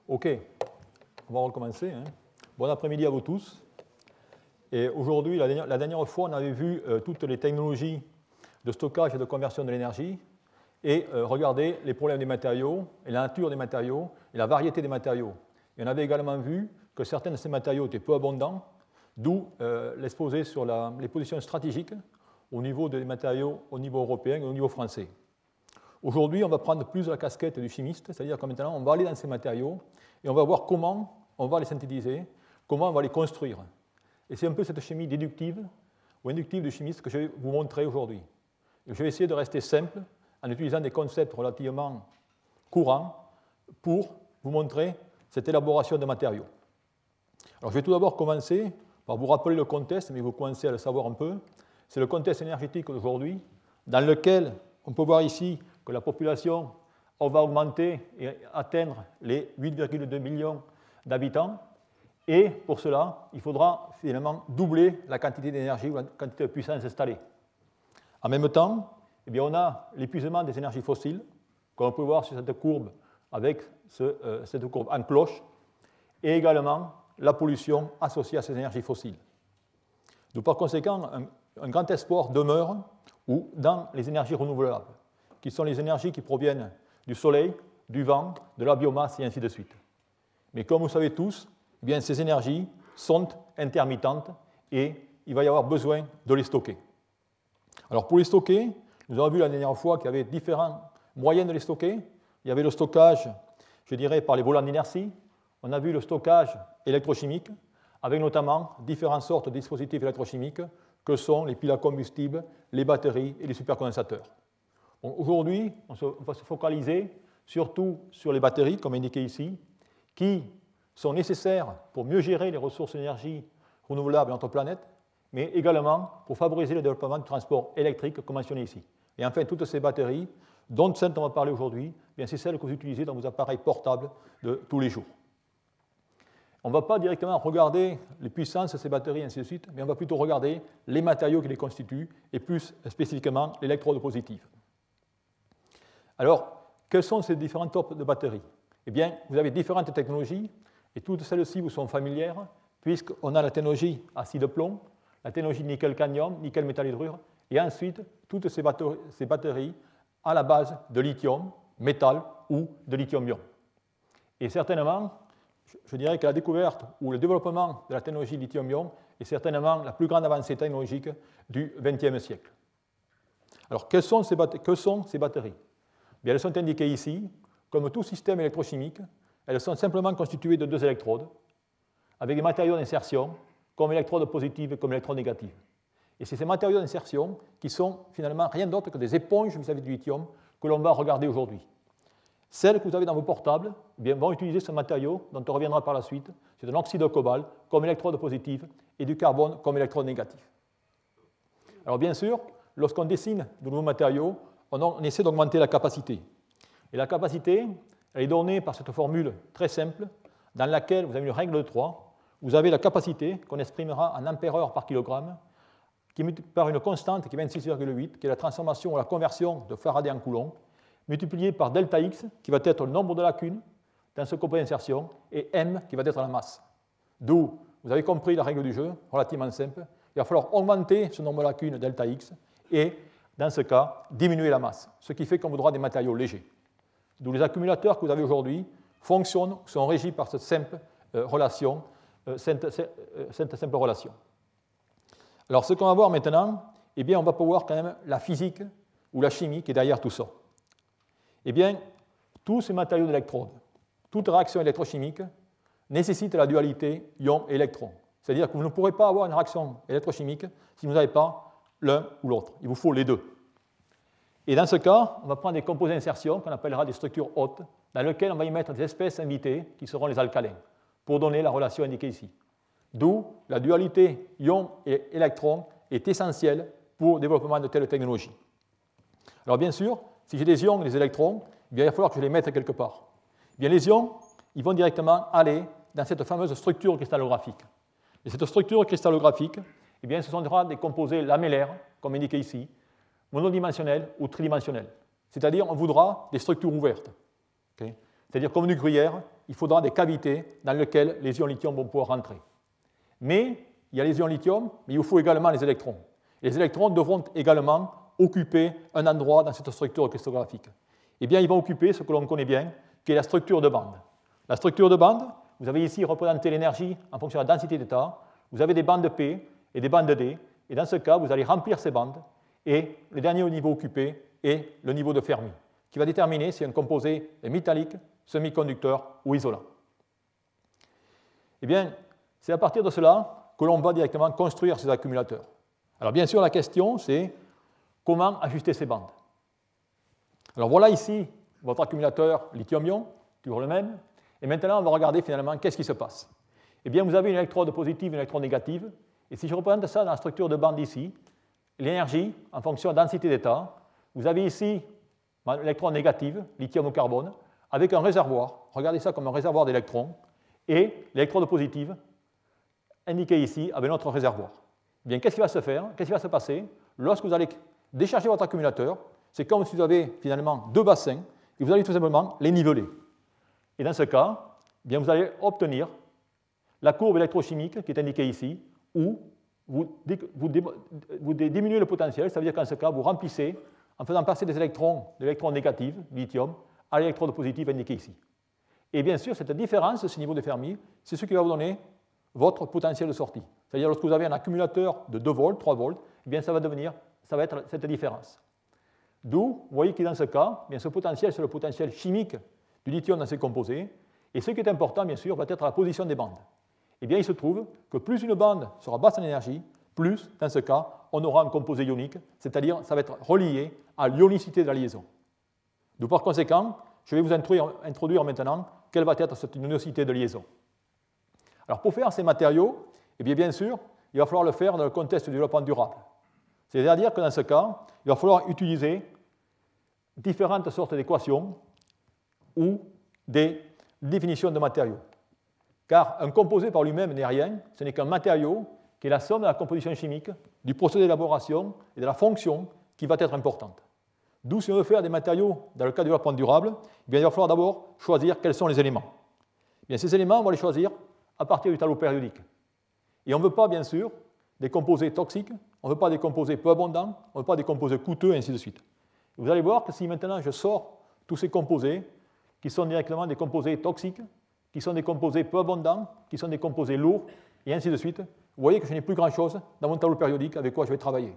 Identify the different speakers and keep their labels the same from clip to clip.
Speaker 1: Ok, on va recommencer. Hein. Bon après-midi à vous tous. Et aujourd'hui, la dernière fois, on avait vu toutes les technologies de stockage et de conversion de l'énergie et regardé les problèmes des matériaux, et la nature des matériaux, et la variété des matériaux. Et on avait également vu que certains de ces matériaux étaient peu abondants, d'où l'exposé sur les positions stratégiques au niveau des matériaux au niveau européen et au niveau français. Aujourd'hui, on va prendre plus la casquette du chimiste, c'est-à-dire que maintenant, on va aller dans ces matériaux et on va voir comment on va les synthétiser, comment on va les construire. Et c'est un peu cette chimie déductive ou inductive du chimiste que je vais vous montrer aujourd'hui. Et je vais essayer de rester simple en utilisant des concepts relativement courants pour vous montrer cette élaboration de matériaux. Alors, je vais tout d'abord commencer par vous rappeler le contexte, mais vous commencez à le savoir un peu. C'est le contexte énergétique d'aujourd'hui, dans lequel on peut voir ici que la population va augmenter et atteindre les 8,2 millions d'habitants. Et pour cela, il faudra finalement doubler la quantité d'énergie ou la quantité de puissance installée. En même temps, eh bien, on a l'épuisement des énergies fossiles, comme on peut voir sur cette courbe avec cette courbe en cloche, et également la pollution associée à ces énergies fossiles. Donc, par conséquent, un grand espoir demeure dans les énergies renouvelables, qui sont les énergies qui proviennent du soleil, du vent, de la biomasse et ainsi de suite. Mais comme vous savez tous, eh bien, ces énergies sont intermittentes et il va y avoir besoin de les stocker. Alors pour les stocker, nous avons vu la dernière fois qu'il y avait différents moyens de les stocker. Il y avait le stockage, je dirais, par les volants d'inertie. On a vu le stockage électrochimique, avec notamment différentes sortes de dispositifs électrochimiques que sont les piles à combustible, les batteries et les supercondensateurs. Bon, aujourd'hui, on va se focaliser surtout sur les batteries, comme indiqué ici, qui sont nécessaires pour mieux gérer les ressources d'énergie renouvelables de notre planète, mais également pour favoriser le développement du transport électrique, comme mentionné ici. Et enfin, toutes ces batteries, dont celles dont on va parler aujourd'hui, c'est celles que vous utilisez dans vos appareils portables de tous les jours. On ne va pas directement regarder les puissances de ces batteries, ainsi de suite, mais on va plutôt regarder les matériaux qui les constituent, et plus spécifiquement l'électrode positive. Alors, quels sont ces différents types de batteries? Eh bien, vous avez différentes technologies, et toutes celles-ci vous sont familières, puisqu'on a la technologie acide plomb, la technologie nickel-cadmium, nickel-métal-hydrure, et ensuite toutes ces batteries à la base de lithium, métal ou de lithium-ion. Et certainement, je dirais que la découverte ou le développement de la technologie lithium-ion est certainement la plus grande avancée technologique du XXe siècle. Alors, que sont ces batteries? Bien, elles sont indiquées ici. Comme tout système électrochimique, elles sont simplement constituées de deux électrodes, avec des matériaux d'insertion, comme l'électrode positive et comme l'électrode négative. Et c'est ces matériaux d'insertion qui sont finalement rien d'autre que des éponges vis-à-vis du lithium que l'on va regarder aujourd'hui. Celles que vous avez dans vos portables vont utiliser ce matériau dont on reviendra par la suite. C'est un oxyde de cobalt comme électrode positive et du carbone comme électrode négative. Alors bien sûr, lorsqu'on dessine de nouveaux matériaux, on essaie d'augmenter la capacité. Et la capacité, elle est donnée par cette formule très simple dans laquelle vous avez une règle de 3. Vous avez la capacité qu'on exprimera en ampères-heure par kilogramme qui par une constante qui est 26,8, qui est la transformation ou la conversion de Faraday en Coulomb, multiplié par delta X, qui va être le nombre de lacunes dans ce composé d'insertion, et M, qui va être la masse. D'où, vous avez compris la règle du jeu, relativement simple, il va falloir augmenter ce nombre de lacunes, delta X, et, dans ce cas, diminuer la masse, ce qui fait qu'on voudra des matériaux légers. D'où les accumulateurs que vous avez aujourd'hui fonctionnent, sont régis par cette simple relation. Alors, ce qu'on va voir maintenant, eh bien, on va pouvoir quand même la physique ou la chimie qui est derrière tout ça. Eh bien, tous ces matériaux d'électrode, toute réaction électrochimique nécessite la dualité ion-électron. C'est-à-dire que vous ne pourrez pas avoir une réaction électrochimique si vous n'avez pas l'un ou l'autre. Il vous faut les deux. Et dans ce cas, on va prendre des composés d'insertion qu'on appellera des structures hautes, dans lesquelles on va y mettre des espèces invitées qui seront les alcalins, pour donner la relation indiquée ici. D'où la dualité ion et électron est essentielle pour le développement de telles technologies. Alors bien sûr, si j'ai des ions et des électrons, eh bien, il va falloir que je les mette quelque part. Eh bien, les ions, ils vont directement aller dans cette fameuse structure cristallographique. Et cette structure cristallographique, eh bien, ce sont des composés lamellaires, comme indiqué ici, monodimensionnels ou tridimensionnels. C'est-à-dire, on voudra des structures ouvertes. Okay. c'est-à-dire comme une gruyère, il faudra des cavités dans lesquelles les ions lithium vont pouvoir rentrer. Mais il y a les ions lithium, mais il vous faut également les électrons. Les électrons devront également occuper un endroit dans cette structure cristallographique. Eh bien, ils vont occuper ce que l'on connaît bien, qui est la structure de bande. La structure de bande, vous avez ici représenté l'énergie en fonction de la densité d'état. Vous avez des bandes P et des bandes D, et dans ce cas, vous allez remplir ces bandes, et le dernier niveau occupé est le niveau de Fermi, qui va déterminer si un composé est métallique, semi-conducteur ou isolant. Eh bien, c'est à partir de cela que l'on va directement construire ces accumulateurs. Alors bien sûr, la question, c'est comment ajuster ces bandes. Alors voilà ici votre accumulateur lithium-ion, toujours le même, et maintenant on va regarder finalement qu'est-ce qui se passe. Eh bien, vous avez une électrode positive et une électrode négative, et si je représente ça dans la structure de bande ici, l'énergie en fonction de la densité d'état, vous avez ici l'électrode négative, lithium au carbone, avec un réservoir, regardez ça comme un réservoir d'électrons, et l'électrode positive, indiquée ici, avec notre réservoir. Eh bien, qu'est-ce qui va se faire? Qu'est-ce qui va se passer? Lorsque vous allez décharger votre accumulateur, c'est comme si vous avez finalement deux bassins, et vous allez tout simplement les niveler. Et dans ce cas, eh bien, vous allez obtenir la courbe électrochimique qui est indiquée ici, où vous diminuez le potentiel, ça veut dire qu'en ce cas, vous remplissez, en faisant passer des électrons de l'électron négatif, lithium, à l'électrode positive indiquée ici. Et bien sûr, cette différence, ce niveau de Fermi, c'est ce qui va vous donner votre potentiel de sortie. C'est-à-dire, lorsque vous avez un accumulateur de 2 volts, 3 volts, eh bien, ça va être cette différence. D'où, vous voyez que dans ce cas, eh bien, ce potentiel, c'est le potentiel chimique du lithium dans ses composés. Et ce qui est important, bien sûr, va être la position des bandes. Eh bien, il se trouve que plus une bande sera basse en énergie, plus, dans ce cas, on aura un composé ionique, c'est-à-dire ça va être relié à l'ionicité de la liaison. Donc, par conséquent, je vais vous introduire maintenant quelle va être cette ionicité de liaison. Alors, pour faire ces matériaux, eh bien sûr, il va falloir le faire dans le contexte du développement durable. C'est-à-dire que dans ce cas, il va falloir utiliser différentes sortes d'équations ou des définitions de matériaux. Car un composé par lui-même n'est rien, ce n'est qu'un matériau qui est la somme de la composition chimique, du procédé d'élaboration et de la fonction qui va être importante. D'où, si on veut faire des matériaux dans le cas du développement durable, eh bien, il va falloir d'abord choisir quels sont les éléments. Eh bien, ces éléments, on va les choisir à partir du tableau périodique. Et on ne veut pas, bien sûr, des composés toxiques, on ne veut pas des composés peu abondants, on ne veut pas des composés coûteux, et ainsi de suite. Et vous allez voir que si maintenant je sors tous ces composés, qui sont directement des composés toxiques, qui sont des composés peu abondants, qui sont des composés lourds, et ainsi de suite, vous voyez que je n'ai plus grand-chose dans mon tableau périodique avec quoi je vais travailler.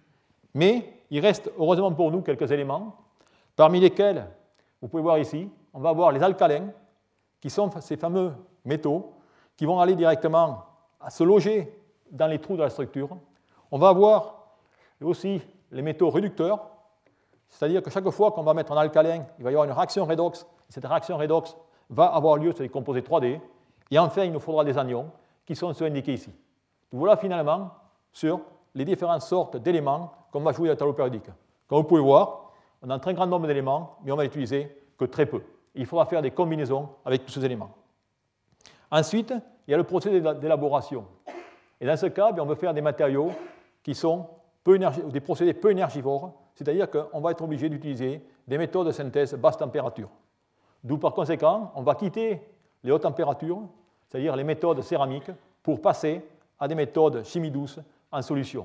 Speaker 1: Mais il reste, heureusement pour nous, quelques éléments, parmi lesquels, vous pouvez voir ici, on va avoir les alcalins, qui sont ces fameux métaux, qui vont aller directement à se loger dans les trous de la structure. On va avoir aussi les métaux réducteurs, c'est-à-dire que chaque fois qu'on va mettre un alcalin, il va y avoir une réaction redox, et cette réaction redox va avoir lieu sur les composés 3D, et enfin, il nous faudra des anions, qui sont ceux indiqués ici. Donc voilà finalement sur les différentes sortes d'éléments qu'on va jouer dans le tableau périodique. Comme vous pouvez voir, on a un très grand nombre d'éléments, mais on va n'utiliser que très peu. Il faudra faire des combinaisons avec tous ces éléments. Ensuite, il y a le procédé d'élaboration. Et dans ce cas, on veut faire des matériaux qui sont des procédés peu énergivores, c'est-à-dire qu'on va être obligé d'utiliser des méthodes de synthèse basse température. D'où par conséquent, on va quitter les hautes températures, c'est-à-dire les méthodes céramiques, pour passer à des méthodes chimie douce en solution.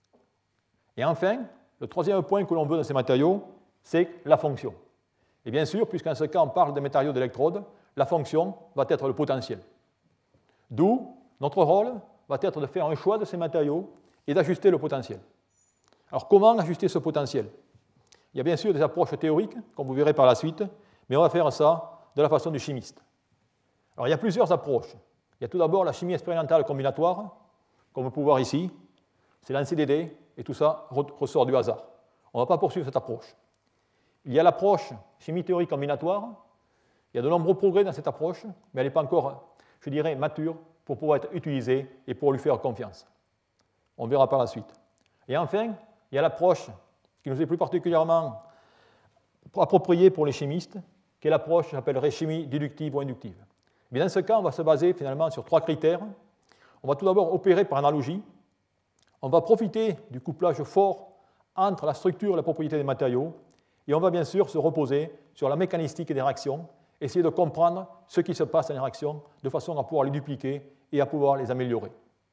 Speaker 1: Et enfin, le troisième point que l'on veut dans ces matériaux, c'est la fonction. Et bien sûr, puisqu'en ce cas on parle de matériaux d'électrode, la fonction va être le potentiel. D'où notre rôle va être de faire un choix de ces matériaux et d'ajuster le potentiel. Alors comment ajuster ce potentiel? Il y a bien sûr des approches théoriques, comme vous verrez par la suite, mais on va faire ça de la façon du chimiste. Alors il y a plusieurs approches. Il y a tout d'abord la chimie expérimentale combinatoire, comme vous pouvez voir ici, c'est l'ANCDD, et tout ça ressort du hasard. On ne va pas poursuivre cette approche. Il y a l'approche chimie théorique combinatoire. Il y a de nombreux progrès dans cette approche, mais elle n'est pas encore, je dirais, mature pour pouvoir être utilisée et pour lui faire confiance. On verra par la suite. Et enfin, il y a l'approche qui nous est plus particulièrement appropriée pour les chimistes, qui est l'approche que j'appellerais chimie déductive ou inductive. Mais dans ce cas, on va se baser finalement sur 3 critères. On va tout d'abord opérer par analogie. On va profiter du couplage fort entre la structure et la propriété des matériaux. Et on va bien sûr se reposer sur la mécanistique des réactions essayer de comprendre ce qui se passe en réaction de façon à pouvoir les dupliquer et à pouvoir les améliorer.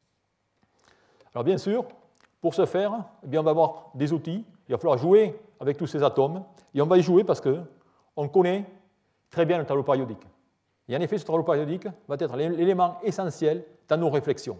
Speaker 1: Alors bien sûr, pour ce faire, eh bien, on va avoir des outils, il va falloir jouer avec tous ces atomes, et on va y jouer parce qu'on connaît très bien le tableau périodique. Et en effet, ce tableau périodique va être l'élément essentiel dans nos réflexions.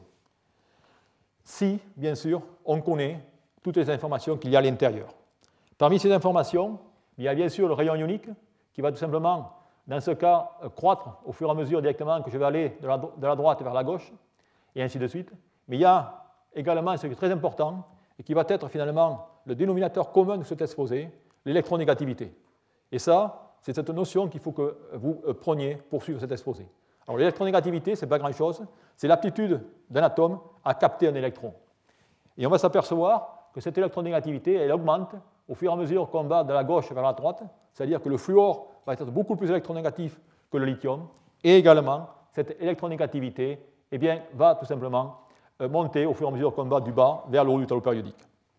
Speaker 1: Si, bien sûr, on connaît toutes les informations qu'il y a à l'intérieur. Parmi ces informations, il y a bien sûr le rayon ionique qui va tout simplement, dans ce cas, croître au fur et à mesure directement que je vais aller de la droite vers la gauche, et ainsi de suite. Mais il y a également ce qui est très important et qui va être finalement le dénominateur commun de cet exposé, l'électronégativité. Et ça, c'est cette notion qu'il faut que vous preniez pour suivre cet exposé. Alors l'électronégativité, ce n'est pas grand-chose, c'est l'aptitude d'un atome à capter un électron. Et on va s'apercevoir que cette électronégativité, elle augmente au fur et à mesure qu'on va de la gauche vers la droite, c'est-à-dire que le fluor va être beaucoup plus électronégatif que le lithium, et également, cette électronégativité eh bien, va tout simplement monter au fur et à mesure qu'on va du bas vers le haut du tableau périodique.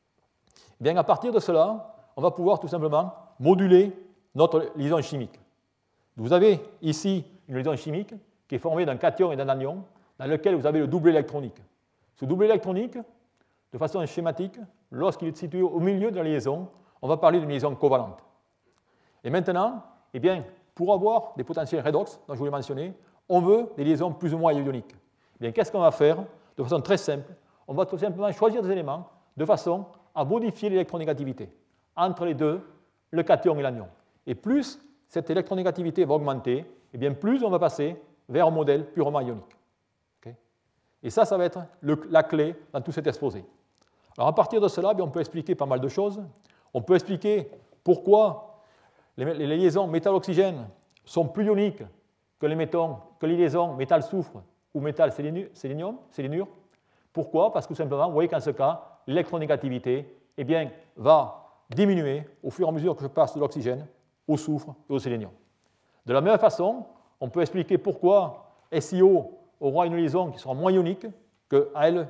Speaker 1: Eh bien, à partir de cela, on va pouvoir tout simplement moduler notre liaison chimique. Vous avez ici une liaison chimique qui est formée d'un cation et d'un anion, dans lequel vous avez le doublet électronique. Ce doublet électronique, de façon schématique, lorsqu'il est situé au milieu de la liaison, on va parler d'une liaison covalente. Et maintenant, eh bien, pour avoir des potentiels redox, dont je vous l'ai mentionné, on veut des liaisons plus ou moins ioniques. Eh bien, qu'est-ce qu'on va faire? De façon très simple, on va tout simplement choisir des éléments de façon à modifier l'électronégativité entre les deux, le cation et l'anion. Et plus cette électronégativité va augmenter, eh bien, plus on va passer vers un modèle purement ionique. Okay? Et ça va être la clé dans tout cet exposé. Alors à partir de cela, on peut expliquer pas mal de choses. On peut expliquer pourquoi les liaisons métal-oxygène sont plus ioniques que les liaisons métal-soufre ou métal-sélénure. Pourquoi? Parce que tout simplement, vous voyez qu'en ce cas, l'électronégativité eh bien, va diminuer au fur et à mesure que je passe de l'oxygène au soufre et au sélénium. De la même façon, on peut expliquer pourquoi SiO aura une liaison qui sera moins ionique que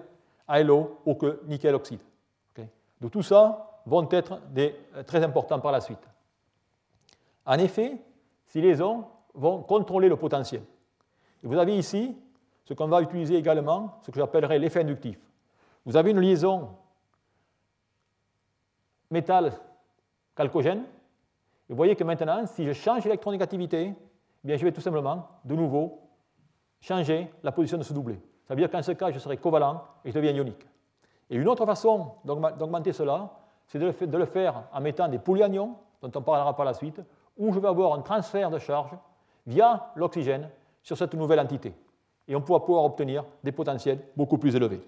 Speaker 1: AlO ou que nickel oxyde. Okay? Donc tout ça vont être très importants par la suite. En effet, ces liaisons vont contrôler le potentiel. Et vous avez ici ce qu'on va utiliser également, ce que j'appellerais l'effet inductif. Vous avez une liaison métal-chalcogène. Et vous voyez que maintenant, si je change l'électronégativité, eh bien, je vais tout simplement, de nouveau, changer la position de ce doublet. Ça veut dire qu'en ce cas, je serai covalent et je deviens ionique. Et une autre façon d'augmenter cela, c'est de le faire en mettant des polyanions, dont on parlera par la suite, où je vais avoir un transfert de charge via l'oxygène sur cette nouvelle entité. Et on pourra pouvoir obtenir des potentiels beaucoup plus élevés.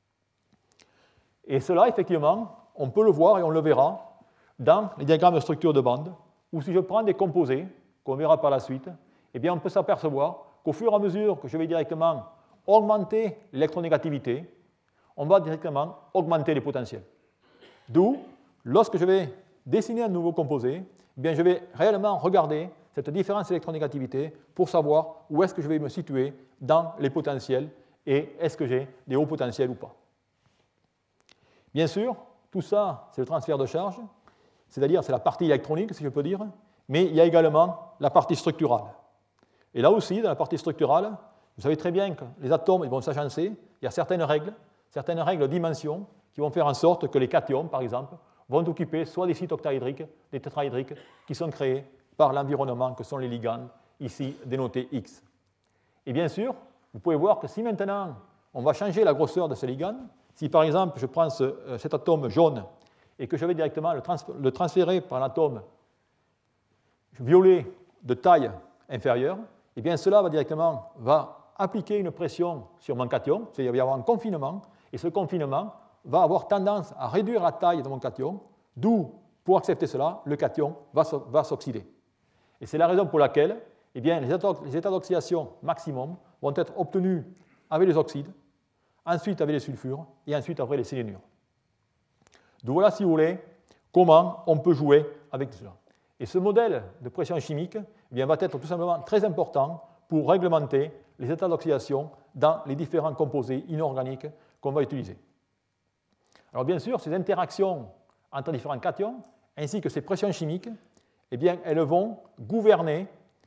Speaker 1: Et cela, effectivement, on peut le voir et on le verra dans les diagrammes de structure de bande, où si je prends des composés, qu'on verra par la suite, eh bien, on peut s'apercevoir qu'au fur et à mesure que je vais directement augmenter l'électronégativité, on va directement augmenter les potentiels. D'où, lorsque je vais dessiner un nouveau composé, eh bien, je vais réellement regarder cette différence électronégativité pour savoir où est-ce que je vais me situer dans les potentiels et est-ce que j'ai des hauts potentiels ou pas. Bien sûr, tout ça, c'est le transfert de charge, c'est-à-dire c'est la partie électronique, si je peux dire, mais il y a également la partie structurale. Et là aussi, dans la partie structurale, vous savez très bien que les atomes ils vont s'agencer, il y a certaines règles de dimension qui vont faire en sorte que les cations, par exemple, vont occuper soit des sites octaédriques, des tétraédriques, qui sont créés par l'environnement, que sont les ligands, ici dénotés X. Et bien sûr, vous pouvez voir que si maintenant on va changer la grosseur de ce ligand, si par exemple je prends cet atome jaune et que je vais directement le transférer par un atome violet de taille inférieure, et bien cela va appliquer une pression sur mon cation, c'est-à-dire qu'il va y avoir un confinement, et ce confinement va avoir tendance à réduire la taille de mon cation, d'où, pour accepter cela, le cation va s'oxyder. Et c'est la raison pour laquelle eh bien, les états d'oxydation maximum vont être obtenus avec les oxydes, ensuite avec les sulfures, et ensuite avec les sélénures. Donc voilà, si vous voulez, comment on peut jouer avec cela. Et ce modèle de pression chimique eh bien, va être tout simplement très important pour réglementer les états d'oxydation dans les différents composés inorganiques qu'on va utiliser. Alors bien sûr, ces interactions entre différents cations, ainsi que ces pressions chimiques, eh bien, elles vont gouverner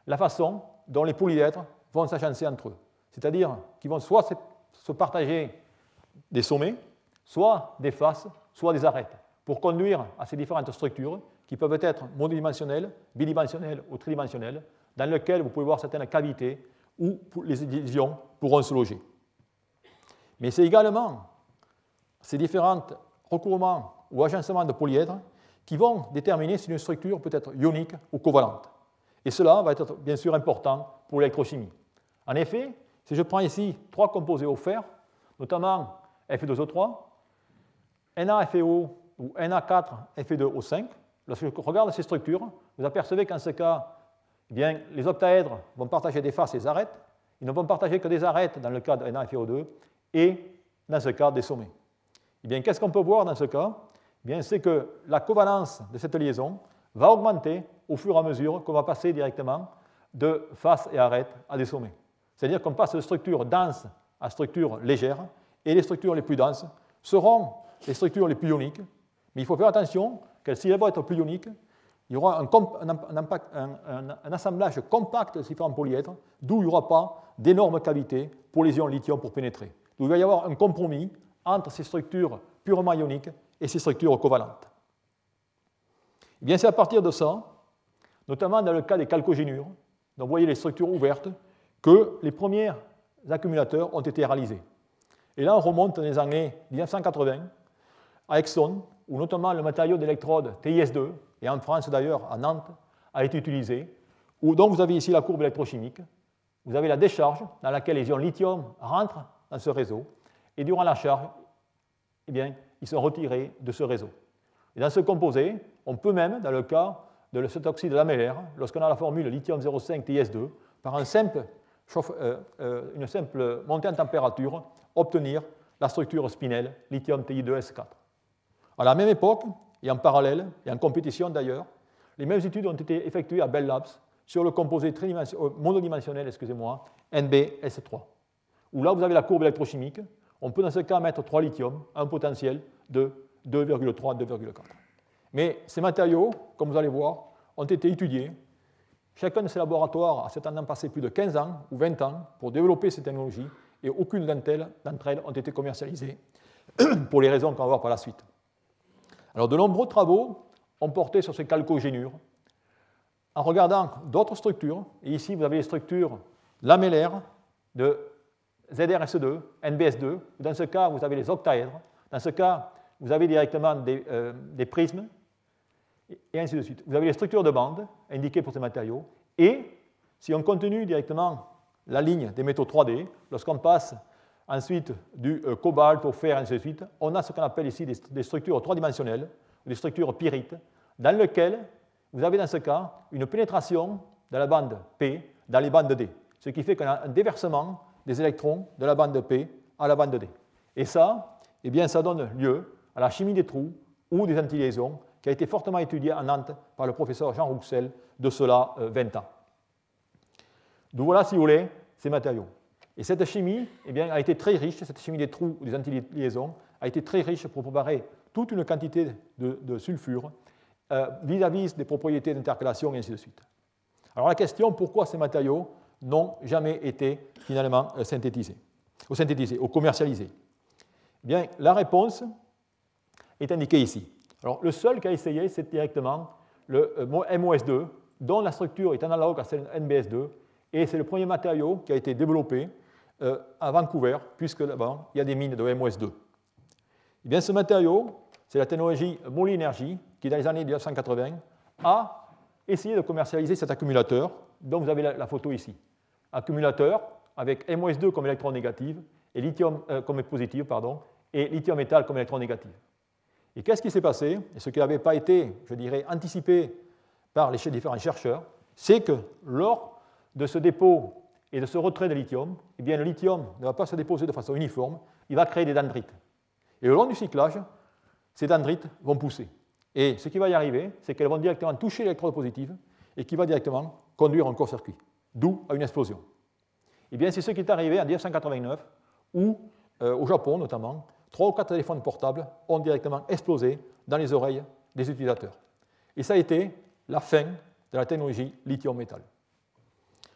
Speaker 1: la façon dont les polyèdres vont s'agencer entre eux. C'est-à-dire qu'ils vont soit se partager des sommets, soit des faces, soit des arêtes, pour conduire à ces différentes structures qui peuvent être monodimensionnelles, bidimensionnelles ou tridimensionnelles, dans lesquelles vous pouvez voir certaines cavités où les ions pourront se loger. Mais c'est également ces différents recouvrements ou agencements de polyèdres qui vont déterminer si une structure peut être ionique ou covalente. Et cela va être bien sûr important pour l'électrochimie. En effet, si je prends ici 3 composés au fer, notamment Fe2O3, NaFeO ou Na4Fe2O5, lorsque je regarde ces structures, vous apercevez qu'en ce cas, eh bien, les octaèdres vont partager des faces et des arêtes. Ils ne vont partager que des arêtes dans le cas de NaFeO2 et dans ce cas des sommets. Eh bien, qu'est-ce qu'on peut voir dans ce cas? Eh bien, c'est que la covalence de cette liaison va augmenter au fur et à mesure qu'on va passer directement de faces et arêtes à des sommets. C'est-à-dire qu'on passe de structures denses à structures légères, et les structures les plus denses seront les structures les plus ioniques, mais il faut faire attention que si elles vont être plus ioniques, il y aura un assemblage compact de différents polyèdres, d'où il n'y aura pas d'énormes cavités pour les ions lithium pour pénétrer. Donc il va y avoir un compromis entre ces structures purement ioniques et ces structures covalentes. Et bien, c'est à partir de ça, notamment dans le cas des chalcogénures, donc vous voyez les structures ouvertes, que les premiers accumulateurs ont été réalisés. Et là, on remonte dans les années 1980 à Exxon, où notamment le matériau d'électrode TiS2, et en France d'ailleurs, à Nantes, a été utilisé, où donc vous avez ici la courbe électrochimique, vous avez la décharge dans laquelle les ions lithium rentrent dans ce réseau, et durant la charge, eh bien, ils sont retirés de ce réseau. Et dans ce composé, on peut même, dans le cas de cet oxyde lamellaire, lorsqu'on a la formule lithium 0,5 TiS2, par une simple montée en température, obtenir la structure spinelle lithium Ti2S4. À la même époque, et en parallèle, et en compétition d'ailleurs, les mêmes études ont été effectuées à Bell Labs sur le composé monodimensionnel NbS3, où là vous avez la courbe électrochimique. On peut dans ce cas mettre 3 lithium à un potentiel de 2,3 2,4. Mais ces matériaux, comme vous allez voir, ont été étudiés. Chacun de ces laboratoires a certainement passé plus de 15 ans ou 20 ans pour développer ces technologies, et aucune d'entre elles ont été commercialisées pour les raisons qu'on va voir par la suite. Alors, de nombreux travaux ont porté sur ces chalcogénures en regardant d'autres structures. Et ici, vous avez les structures lamellaires de ZrS2, NbS2. Dans ce cas, vous avez les octaèdres. Dans ce cas, vous avez directement des prismes, et ainsi de suite. Vous avez les structures de bande indiquées pour ces matériaux. Et si on continue directement la ligne des métaux 3D, lorsqu'on passe ensuite du cobalt au fer, et ainsi de suite, on a ce qu'on appelle ici des structures trois-dimensionnelles, des structures pyrites, dans lesquelles vous avez dans ce cas une pénétration de la bande P dans les bandes D, ce qui fait qu'on a un déversement des électrons de la bande P à la bande D. Et ça, eh bien, ça donne lieu à la chimie des trous ou des antiliaisons, qui a été fortement étudiée à Nantes par le professeur Jean Rouxel de cela 20 ans. Donc voilà, si vous voulez, ces matériaux. Et cette chimie eh bien, a été très riche, cette chimie des trous ou des antiliaisons a été très riche pour préparer toute une quantité de sulfure vis-à-vis des propriétés d'intercalation et ainsi de suite. Alors la question, pourquoi ces matériaux n'ont jamais été finalement synthétisés ou commercialisés? Eh bien, la réponse est indiquée ici. Alors, le seul qui a essayé, c'est directement le MOS2, dont la structure est analogue à celle de NbS2, et c'est le premier matériau qui a été développé à Vancouver, puisque là-bas, il y a des mines de MOS2. Eh bien, ce matériau, c'est la technologie Moly Energy, qui, dans les années 1980, a essayé de commercialiser cet accumulateur, dont vous avez la photo ici. Accumulateur avec MOS2 comme électron négatif, et lithium comme positif, et lithium métal comme électron négatif. Et qu'est-ce qui s'est passé? Et ce qui n'avait pas été, je dirais, anticipé par les différents chercheurs, c'est que lors de ce dépôt et de ce retrait de lithium, eh bien, le lithium ne va pas se déposer de façon uniforme, il va créer des dendrites. Et au long du cyclage, ces dendrites vont pousser. Et ce qui va y arriver, c'est qu'elles vont directement toucher l'électrode positive et qui va directement conduire un court-circuit, d'où à une explosion. Eh bien, c'est ce qui est arrivé en 1989, où, au Japon notamment, 3 ou 4 téléphones portables ont directement explosé dans les oreilles des utilisateurs. Et ça a été la fin de la technologie lithium-métal.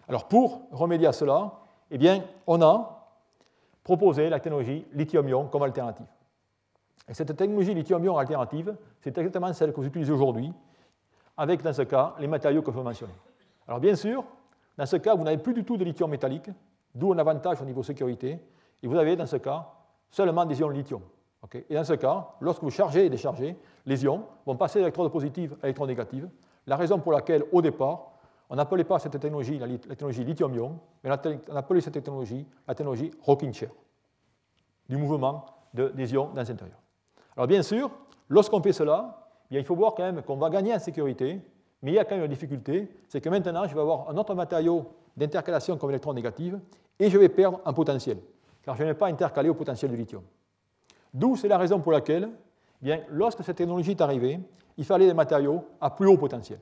Speaker 1: Alors pour remédier à cela, eh bien, on a proposé la technologie lithium-ion comme alternative. Et cette technologie lithium-ion alternative, c'est exactement celle que vous utilisez aujourd'hui, avec, dans ce cas, les matériaux que je vous mentionnais. Alors bien sûr, dans ce cas, vous n'avez plus du tout de lithium métallique, d'où un avantage au niveau sécurité, et vous avez, dans ce cas, seulement des ions lithium. Okay? Et dans ce cas, lorsque vous chargez et déchargez, les ions vont passer d'électrode positive à électrode négative, la raison pour laquelle, au départ, on n'appelait pas cette technologie la technologie lithium-ion, mais on appelait cette technologie la technologie rocking chair, du mouvement des ions dans l'intérieur. Alors bien sûr, lorsqu'on fait cela, il faut voir quand même qu'on va gagner en sécurité, mais il y a quand même une difficulté, c'est que maintenant, je vais avoir un autre matériau d'intercalation comme électron négative, et je vais perdre un potentiel, car je ne vais pas intercaler au potentiel du lithium. D'où c'est la raison pour laquelle, bien, lorsque cette technologie est arrivée, il fallait des matériaux à plus haut potentiel.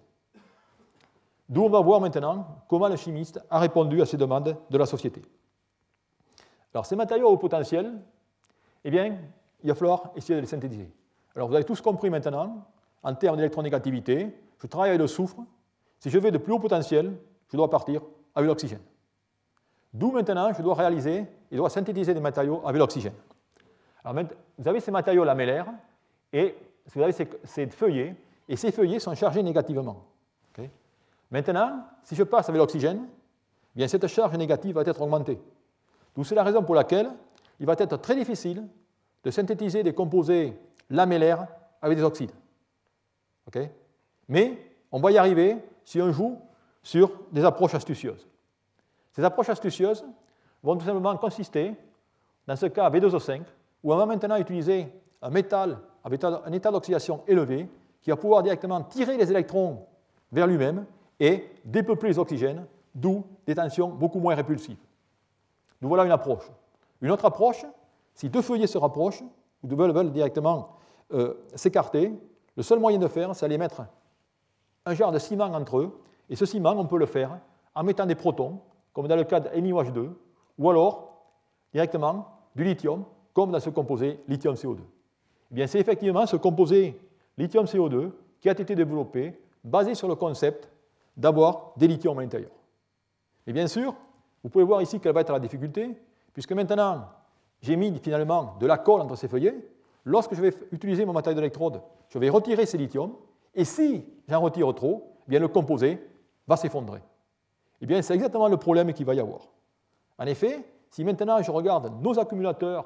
Speaker 1: D'où on va voir maintenant comment le chimiste a répondu à ces demandes de la société. Alors ces matériaux à haut potentiel, eh bien, il va falloir essayer de les synthétiser. Alors vous avez tous compris maintenant, en termes d'électronégativité, je travaille avec le soufre. Si je vais de plus haut potentiel, je dois partir avec l'oxygène. D'où maintenant, je dois réaliser et dois synthétiser des matériaux avec l'oxygène. Alors vous avez ces matériaux lamellaires et vous avez ces feuillets, et ces feuillets sont chargés négativement. Okay? Maintenant, si je passe avec l'oxygène, bien cette charge négative va être augmentée. D'où c'est la raison pour laquelle il va être très difficile de synthétiser des composés lamellaires avec des oxydes. Okay? Mais on va y arriver si on joue sur des approches astucieuses. Ces approches astucieuses vont tout simplement consister, dans ce cas V2O5, où on va maintenant utiliser un métal avec un état d'oxydation élevé qui va pouvoir directement tirer les électrons vers lui-même et dépeupler les oxygènes, d'où des tensions beaucoup moins répulsives. Nous voilà une approche. Une autre approche, si deux feuillets se rapprochent, ou veulent directement s'écarter, le seul moyen de faire, c'est aller mettre un genre de ciment entre eux, et ce ciment, on peut le faire en mettant des protons, comme dans le cas de NiOH2, ou alors directement du lithium, comme dans ce composé lithium-CO2. Eh bien, c'est effectivement ce composé lithium-CO2 qui a été développé, basé sur le concept d'avoir des lithiums à l'intérieur. Et bien sûr, vous pouvez voir ici quelle va être la difficulté, puisque maintenant, j'ai mis finalement de la colle entre ces feuillets. Lorsque je vais utiliser mon matériau d'électrode, je vais retirer ces lithiums, et si j'en retire trop, eh bien le composé va s'effondrer. Eh bien, c'est exactement le problème qu'il va y avoir. En effet, si maintenant je regarde nos accumulateurs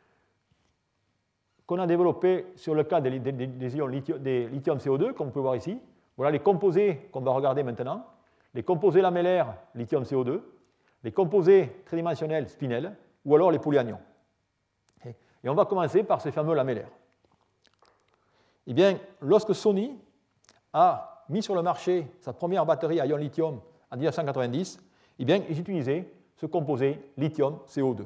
Speaker 1: qu'on a développés sur le cas des lithium CO2, comme vous pouvez voir ici, voilà les composés qu'on va regarder maintenant, les composés lamellaires lithium CO2, les composés tridimensionnels spinel, ou alors les polyanions. Et on va commencer par ces fameux lamellaires. Eh bien, lorsque Sony a mis sur le marché sa première batterie à ion lithium en 1990, eh bien, ils utilisaient ce composé lithium-CO2.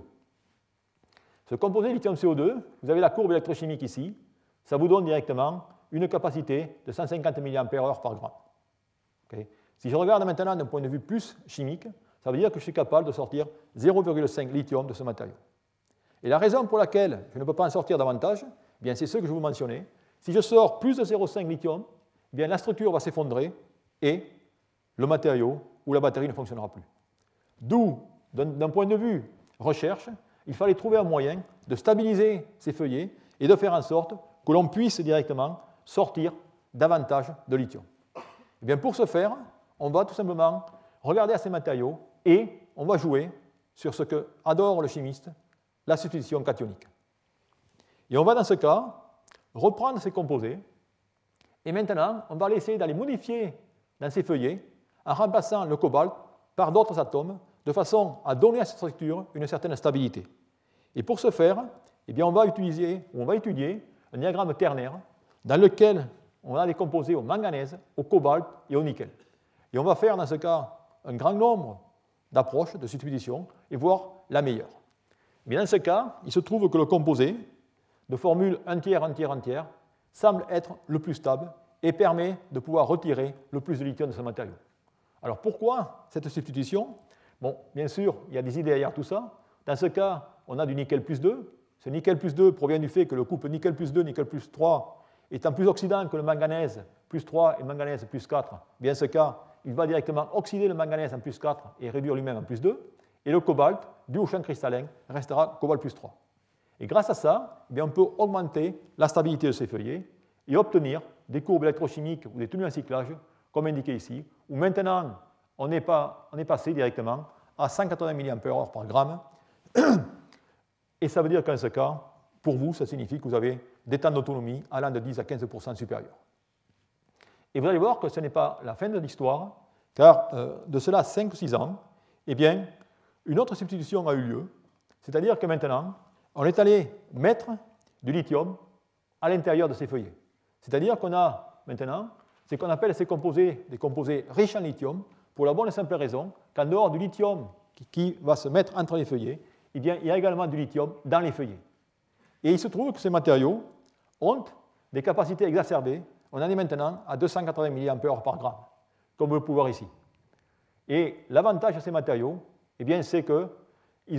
Speaker 1: Ce composé lithium-CO2, vous avez la courbe électrochimique ici, ça vous donne directement une capacité de 150 mAh par gramme. Okay. Si je regarde maintenant d'un point de vue plus chimique, ça veut dire que je suis capable de sortir 0,5 lithium de ce matériau. Et la raison pour laquelle je ne peux pas en sortir davantage, eh bien, c'est ce que je vous mentionnais. Si je sors plus de 0,5 lithium, eh bien, la structure va s'effondrer et le matériau ou la batterie ne fonctionnera plus. D'où, d'un point de vue recherche, il fallait trouver un moyen de stabiliser ces feuillets et de faire en sorte que l'on puisse directement sortir davantage de lithium. Et bien, pour ce faire, on va tout simplement regarder à ces matériaux et on va jouer sur ce que adore le chimiste, la substitution cationique. Et on va dans ce cas reprendre ces composés et maintenant on va essayer d'aller modifier dans ces feuillets en remplaçant le cobalt par d'autres atomes de façon à donner à cette structure une certaine stabilité. Et pour ce faire, eh bien, on va étudier un diagramme ternaire dans lequel on a des composés au manganèse, au cobalt et au nickel. Et on va faire dans ce cas un grand nombre d'approches de substitution et voir la meilleure. Mais dans ce cas, il se trouve que le composé de formule 1 tiers, 1 tiers, 1 tiers semble être le plus stable et permet de pouvoir retirer le plus de lithium de ce matériau. Alors pourquoi cette substitution? Bon, bien sûr, il y a des idées derrière tout ça. Dans ce cas, on a du nickel plus 2. Ce nickel plus 2 provient du fait que le couple nickel plus 2, nickel plus 3 étant plus oxydant que le manganèse plus 3 et manganèse plus 4, bien ce cas, il va directement oxyder le manganèse en plus 4 et réduire lui-même en plus 2, et le cobalt, dû au champ cristallin, restera cobalt plus 3. Et grâce à ça, on peut augmenter la stabilité de ces feuillets et obtenir des courbes électrochimiques ou des tenues en cyclage, comme indiqué ici, où maintenant on est passé directement à 180 mAh par gramme. Et ça veut dire qu'en ce cas, pour vous, ça signifie que vous avez des temps d'autonomie allant de 10 à 15% supérieurs. Et vous allez voir que ce n'est pas la fin de l'histoire, car de cela 5 ou 6 ans, eh bien, une autre substitution a eu lieu, c'est-à-dire que maintenant, on est allé mettre du lithium à l'intérieur de ces feuillets. C'est-à-dire qu'on a maintenant ce qu'on appelle ces composés, des composés riches en lithium, pour la bonne et simple raison qu'en dehors du lithium qui va se mettre entre les feuillets, eh bien, il y a également du lithium dans les feuillets. Et il se trouve que ces matériaux ont des capacités exacerbées. On en est maintenant à 280 mAh par gramme, comme vous le pouvez voir ici. Et l'avantage de ces matériaux, eh bien, c'est qu'ils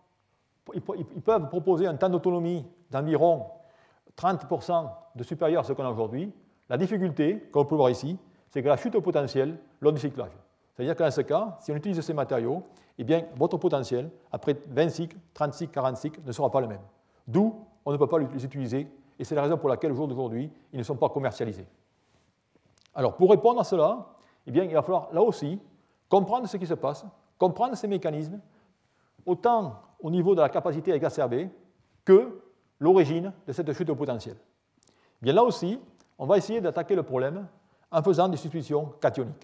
Speaker 1: peuvent proposer un temps d'autonomie d'environ 30% de supérieur à ce qu'on a aujourd'hui. La difficulté, comme vous pouvez voir ici, c'est que la chute au potentiel lors du cyclage. C'est-à-dire que dans ce cas, si on utilise ces matériaux, eh bien, votre potentiel, après 20 cycles, 30 cycles, 40 cycles, ne sera pas le même. D'où on ne peut pas les utiliser, et c'est la raison pour laquelle, au jour d'aujourd'hui, ils ne sont pas commercialisés. Alors, pour répondre à cela, eh bien, il va falloir, là aussi, comprendre ce qui se passe, comprendre ces mécanismes, autant au niveau de la capacité exacerbée que l'origine de cette chute au potentiel. Bien, là aussi, on va essayer d'attaquer le problème en faisant des substitutions cationiques.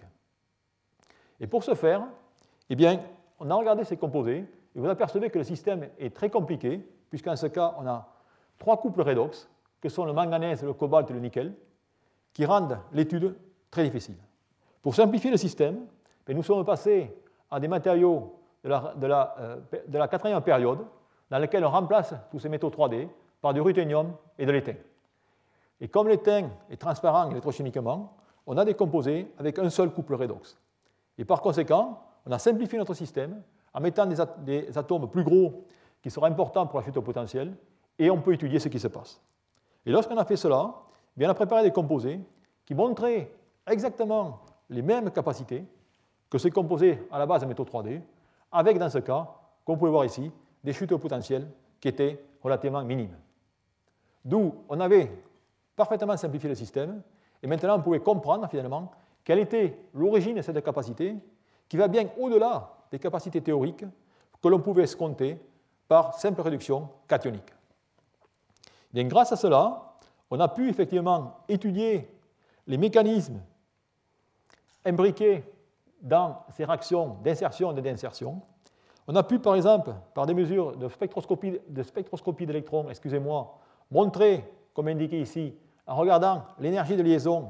Speaker 1: Et pour ce faire, eh bien, on a regardé ces composés, et vous apercevez que le système est très compliqué, puisqu'en ce cas, on a 3 couples redox, que sont le manganèse, le cobalt et le nickel, qui rendent l'étude très difficile. Pour simplifier le système, nous sommes passés à des matériaux de la 4e période, dans lesquels on remplace tous ces métaux 3D par du ruthénium et de l'étain. Et comme l'étain est transparent électrochimiquement, on a des composés avec un seul couple redox. Et par conséquent, on a simplifié notre système en mettant des atomes plus gros qui seront importants pour la chute au potentiel, et on peut étudier ce qui se passe. Et lorsqu'on a fait cela, on a préparé des composés qui montraient exactement les mêmes capacités que ces composés à la base de métaux 3D, avec dans ce cas, comme vous pouvez voir ici, des chutes au potentiel qui étaient relativement minimes. D'où on avait parfaitement simplifié le système, et maintenant on pouvait comprendre finalement quelle était l'origine de cette capacité qui va bien au-delà des capacités théoriques que l'on pouvait escompter par simple réduction cationique. Bien, grâce à cela, on a pu effectivement étudier les mécanismes imbriqués dans ces réactions d'insertion et de déinsertion. On a pu, par exemple, par des mesures de spectroscopie d'électrons, montrer, comme indiqué ici, en regardant l'énergie de liaison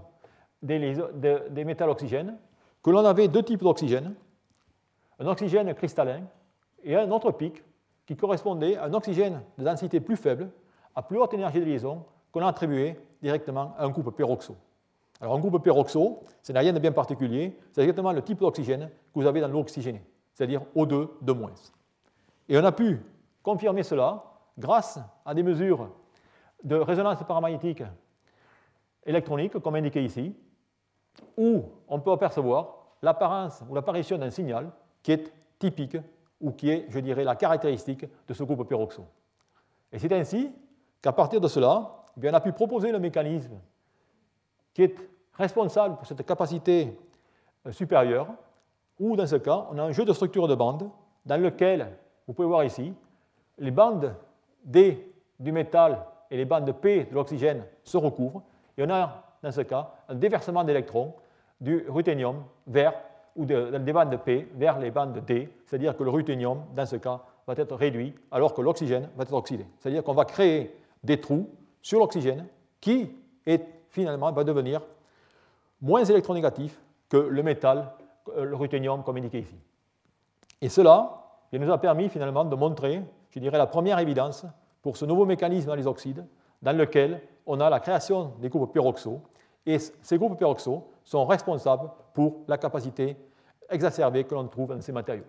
Speaker 1: des métals oxygènes, que l'on avait 2 types d'oxygène, un oxygène cristallin et un autre pic qui correspondait à un oxygène de densité plus faible, à plus haute énergie de liaison, qu'on a attribué directement à un groupe peroxo. Alors un groupe peroxo, ce n'est rien de bien particulier, c'est exactement le type d'oxygène que vous avez dans l'eau oxygénée, c'est-à-dire O2 de moins. Et on a pu confirmer cela grâce à des mesures de résonance paramagnétique électronique, comme indiqué ici, où on peut apercevoir l'apparence ou l'apparition d'un signal qui est typique ou qui est, je dirais, la caractéristique de ce groupe peroxo. Et c'est ainsi qu'à partir de cela, on a pu proposer le mécanisme qui est responsable pour cette capacité supérieure, où dans ce cas, on a un jeu de structures de bandes dans lequel, vous pouvez voir ici, les bandes D du métal et les bandes P de l'oxygène se recouvrent, et on a dans ce cas un déversement d'électrons du ruthénium vers, ou des bandes P vers les bandes D, c'est-à-dire que le ruthénium, dans ce cas, va être réduit alors que l'oxygène va être oxydé. C'est-à-dire qu'on va créer des trous sur l'oxygène qui, finalement, va devenir moins électronégatif que le métal, le ruthénium, comme indiqué ici. Et cela nous a permis finalement de montrer, je dirais, la première évidence pour ce nouveau mécanisme dans les oxydes, dans lequel on a la création des groupes peroxo, et ces groupes peroxo sont responsables pour la capacité exacerbée que l'on trouve dans ces matériaux.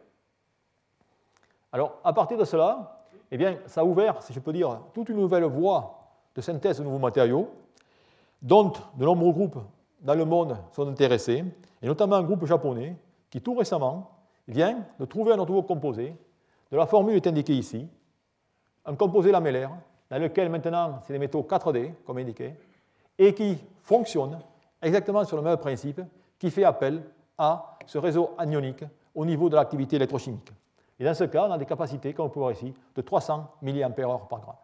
Speaker 1: Alors, à partir de cela, eh bien, ça a ouvert, si je peux dire, toute une nouvelle voie de synthèse de nouveaux matériaux, dont de nombreux groupes dans le monde sont intéressés, et notamment un groupe japonais qui tout récemment vient de trouver un nouveau composé, dont la formule est indiquée ici, un composé lamellaire, dans lequel maintenant c'est des métaux 4D, comme indiqué, et qui fonctionne exactement sur le même principe, qui fait appel à ce réseau anionique au niveau de l'activité électrochimique. Et dans ce cas, on a des capacités, comme on peut voir ici, de 300 mAh par gramme.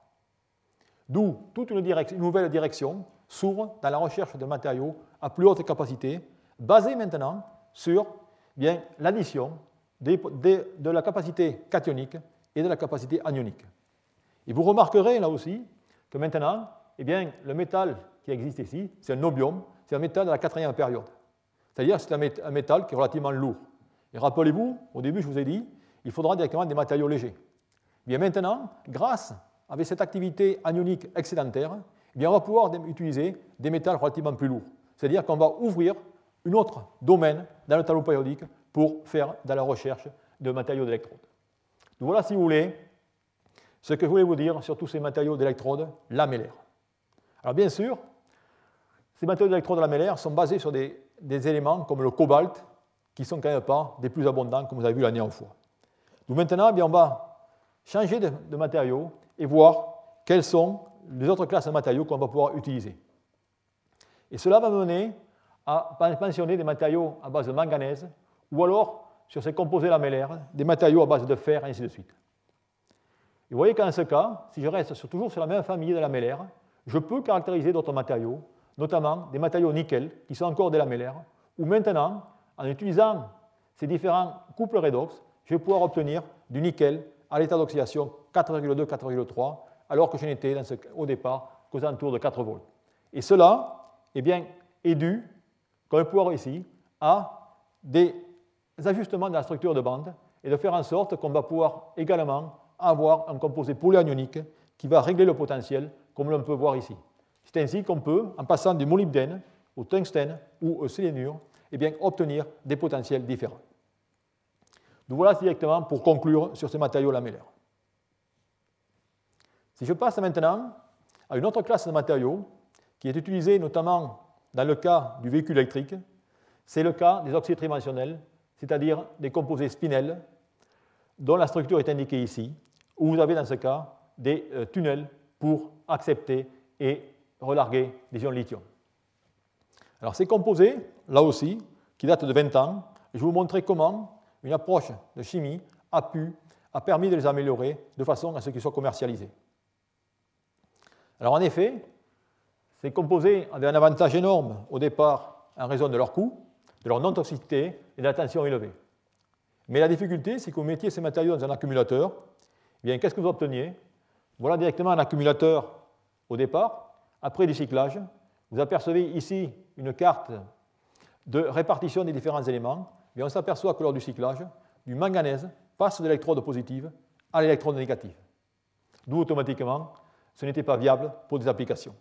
Speaker 1: D'où toute une nouvelle direction s'ouvre dans la recherche de matériaux à plus haute capacité, basée maintenant sur l'addition de la capacité cationique et de la capacité anionique. Et vous remarquerez là aussi que maintenant, le métal qui existe ici, c'est un niobium, c'est un métal de la 4e période. C'est-à-dire que c'est un métal qui est relativement lourd. Et rappelez-vous, au début, je vous ai dit, il faudra directement des matériaux légers. Bien maintenant, grâce à cette activité anionique excédentaire, on va pouvoir utiliser des métals relativement plus lourds. C'est-à-dire qu'on va ouvrir un autre domaine dans le tableau périodique pour faire de la recherche de matériaux d'électrodes. Donc voilà, si vous voulez, ce que je voulais vous dire sur tous ces matériaux d'électrodes lamellaires. Alors bien sûr, ces matériaux d'électrodes lamellaires sont basés sur des éléments comme le cobalt, qui ne sont quand même pas des plus abondants, comme vous avez vu la dernière fois. Donc maintenant, on va changer de matériaux et voir quelles sont les autres classes de matériaux qu'on va pouvoir utiliser. Et cela va mener à mentionner des matériaux à base de manganèse, ou alors, sur ces composés lamellaires, des matériaux à base de fer, et ainsi de suite. Et vous voyez qu'en ce cas, si je reste toujours sur la même famille de lamellaires, je peux caractériser d'autres matériaux, notamment des matériaux nickel, qui sont encore des lamellaires, où maintenant, en utilisant ces différents couples redox, je vais pouvoir obtenir du nickel à l'état d'oxydation 4,2, 4,3, alors que je n'étais au départ qu'aux alentours de 4 volts. Et cela est dû, comme on peut voir ici, à des ajustements de la structure de bande et de faire en sorte qu'on va pouvoir également avoir un composé polyanionique qui va régler le potentiel, comme l'on peut voir ici. C'est ainsi qu'on peut, en passant du molybdène au tungstène ou au sélénure, obtenir des potentiels différents. Donc voilà directement pour conclure sur ces matériaux lamellaires. Si je passe maintenant à une autre classe de matériaux qui est utilisée notamment dans le cas du véhicule électrique, c'est le cas des oxydes tridimensionnels, c'est-à-dire des composés spinels, dont la structure est indiquée ici, où vous avez dans ce cas des tunnels pour accepter et relarguer des ions lithium. Alors ces composés, là aussi, qui datent de 20 ans, je vais vous montrer comment une approche de chimie a permis de les améliorer de façon à ce qu'ils soient commercialisés. Alors en effet, ces composés avaient un avantage énorme au départ en raison de leur coût, de leur non-toxicité et de la tension élevée. Mais la difficulté, c'est que vous mettiez ces matériaux dans un accumulateur, qu'est-ce que vous obteniez? Voilà directement un accumulateur au départ. Après du cyclage, vous apercevez ici une carte de répartition des différents éléments. On s'aperçoit que lors du cyclage, du manganèse passe de l'électrode positive à l'électrode négative. D'où automatiquement, ce n'était pas viable pour des applications.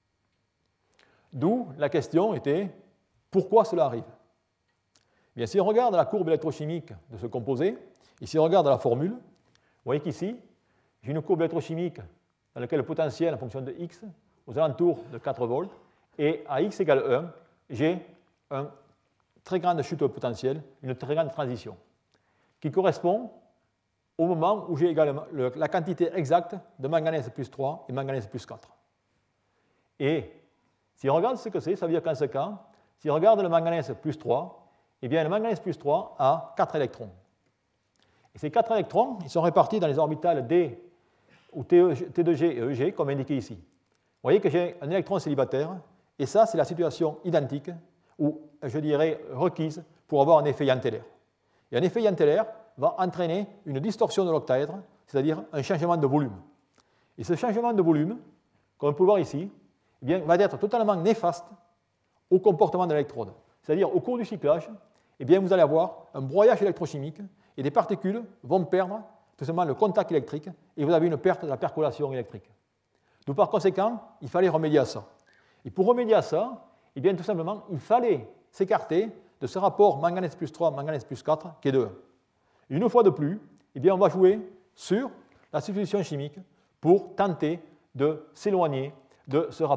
Speaker 1: D'où la question était, pourquoi cela arrive? Si on regarde la courbe électrochimique de ce composé, et si on regarde la formule, vous voyez qu'ici, j'ai une courbe électrochimique dans laquelle le potentiel en fonction de x aux alentours de 4 volts, et à x égale 1, j'ai une très grande chute de potentiel, une très grande transition, qui correspond au moment où j'ai également la quantité exacte de manganèse plus 3 et manganèse plus 4. Et si on regarde ce que c'est, ça veut dire qu'en ce cas, si on regarde le manganèse plus 3, le manganèse plus 3 a 4 électrons. Et ces 4 électrons, ils sont répartis dans les orbitales D ou T2G et EG, comme indiqué ici. Vous voyez que j'ai un électron célibataire, et ça, c'est la situation identique, ou je dirais requise, pour avoir un effet Ian-Teller. Et un effet Ian-Teller va entraîner une distorsion de l'octaèdre, c'est-à-dire un changement de volume. Et ce changement de volume, comme on peut voir ici, va être totalement néfaste au comportement de l'électrode. C'est-à-dire, au cours du cyclage, vous allez avoir un broyage électrochimique et des particules vont perdre tout simplement le contact électrique et vous avez une perte de la percolation électrique. Donc, par conséquent, il fallait remédier à ça. Et pour remédier à ça, tout simplement, il fallait s'écarter de ce rapport manganèse plus 3, manganèse plus 4 qui est de 1. Et une fois de plus, on va jouer sur la substitution chimique pour tenter de s'éloigner de ce rapport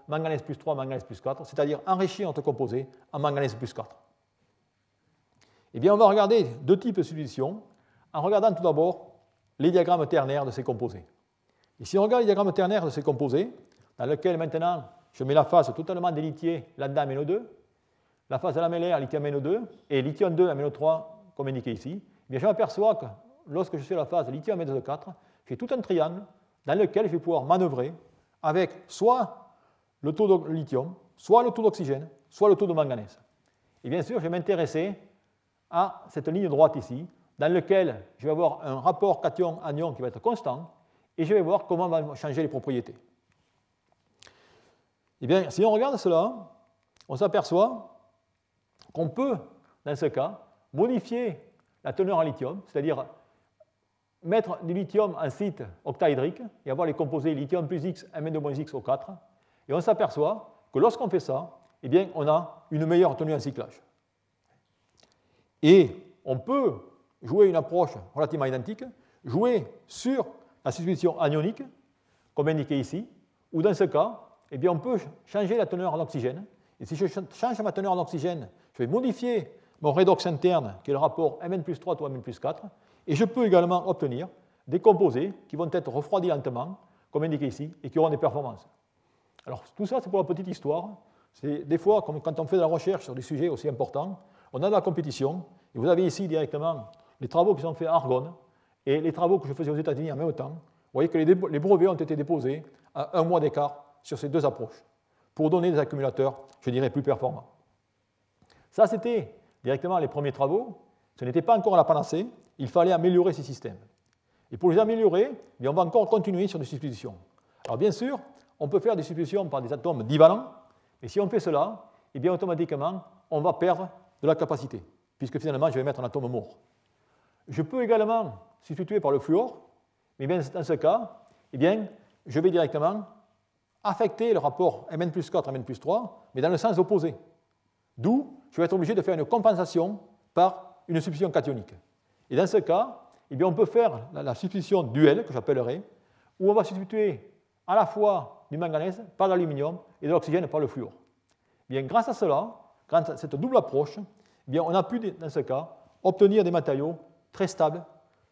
Speaker 1: manganèse plus 3, manganèse plus 4, c'est-à-dire enrichir notre composé en manganèse plus 4. Eh bien, on va regarder deux types de substitution, en regardant tout d'abord les diagrammes ternaires de ces composés. Et si on regarde les diagrammes ternaires de ces composés, dans lesquels maintenant je mets la phase totalement délithiée là-dedans MnO2, la phase lamellaire lithium MnO2 et lithium 2 MnO3 comme indiqué ici, eh bien, je m'aperçois que lorsque je suis à la phase lithium MnO4, j'ai tout un triangle dans lequel je vais pouvoir manœuvrer avec soit le taux de lithium, soit le taux d'oxygène, soit le taux de manganèse. Et bien sûr, je vais m'intéresser à cette ligne droite ici, dans laquelle je vais avoir un rapport cation-anion qui va être constant, et je vais voir comment on va changer les propriétés. Eh bien, si on regarde cela, on s'aperçoit qu'on peut, dans ce cas, modifier la teneur en lithium, c'est-à-dire mettre du lithium en site octaédrique et avoir les composés lithium plus X, Mn2-X O4. Et on s'aperçoit que lorsqu'on fait ça, eh bien, on a une meilleure tenue en cyclage. Et on peut jouer une approche relativement identique, jouer sur la substitution anionique, comme indiqué ici, ou dans ce cas, eh bien, on peut changer la teneur en oxygène. Et si je change ma teneur en oxygène, je vais modifier mon redox interne, qui est le rapport Mn plus 3 ou Mn plus 4, et je peux également obtenir des composés qui vont être refroidis lentement, comme indiqué ici, et qui auront des performances. Alors, tout ça, c'est pour la petite histoire. C'est des fois, comme quand on fait de la recherche sur des sujets aussi importants, on a de la compétition, et vous avez ici directement les travaux qui sont faits à Argonne, et les travaux que je faisais aux États-Unis en même temps. Vous voyez que les brevets ont été déposés à 1 mois d'écart sur ces deux approches, pour donner des accumulateurs, je dirais, plus performants. Ça, c'était directement les premiers travaux. Ce n'était pas encore la panacée, il fallait améliorer ces systèmes. Et pour les améliorer, on va encore continuer sur des substitutions. Alors bien sûr, on peut faire des substitutions par des atomes divalents, mais si on fait cela, eh bien automatiquement, on va perdre de la capacité, puisque finalement, je vais mettre un atome mort. Je peux également substituer par le fluor, mais bien dans ce cas, eh bien, je vais directement affecter le rapport Mn plus 4, Mn plus 3, mais dans le sens opposé. D'où je vais être obligé de faire une compensation par une substitution cationique. Et dans ce cas, eh bien, on peut faire la substitution duel, que j'appellerai, où on va substituer à la fois du manganèse par l'aluminium et de l'oxygène par le fluor. Eh bien, grâce à cela, grâce à cette double approche, eh bien, on a pu, dans ce cas, obtenir des matériaux très stables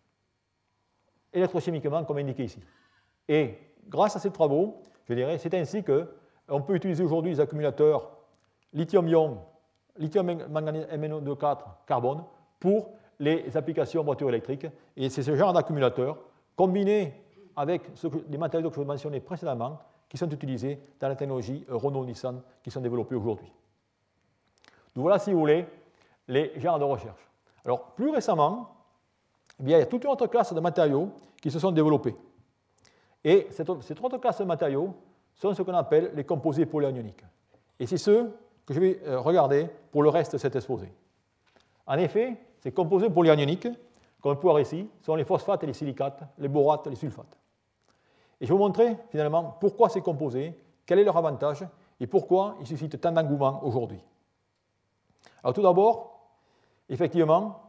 Speaker 1: électrochimiquement, comme indiqué ici. Et grâce à ces travaux, je dirais, c'est ainsi qu'on peut utiliser aujourd'hui les accumulateurs lithium-ion, lithium-manganèse MnO2 carbone pour les applications voitures électriques. Et c'est ce genre d'accumulateurs, combiné avec les matériaux que je mentionnais précédemment, qui sont utilisés dans la technologie Renault-Nissan qui sont développés aujourd'hui. Donc voilà, si vous voulez, les genres de recherche. Alors, plus récemment, eh bien, il y a toute une autre classe de matériaux qui se sont développés. Et cette autre classe de matériaux sont ce qu'on appelle les composés polyanioniques. Et c'est ceux que je vais regarder pour le reste de cet exposé. En effet, ces composés polyanioniques, comme on peut voir ici, sont les phosphates et les silicates, les borates et les sulfates. Et je vais vous montrer finalement pourquoi ces composés, quel est leur avantage et pourquoi ils suscitent tant d'engouement aujourd'hui. Alors tout d'abord, effectivement,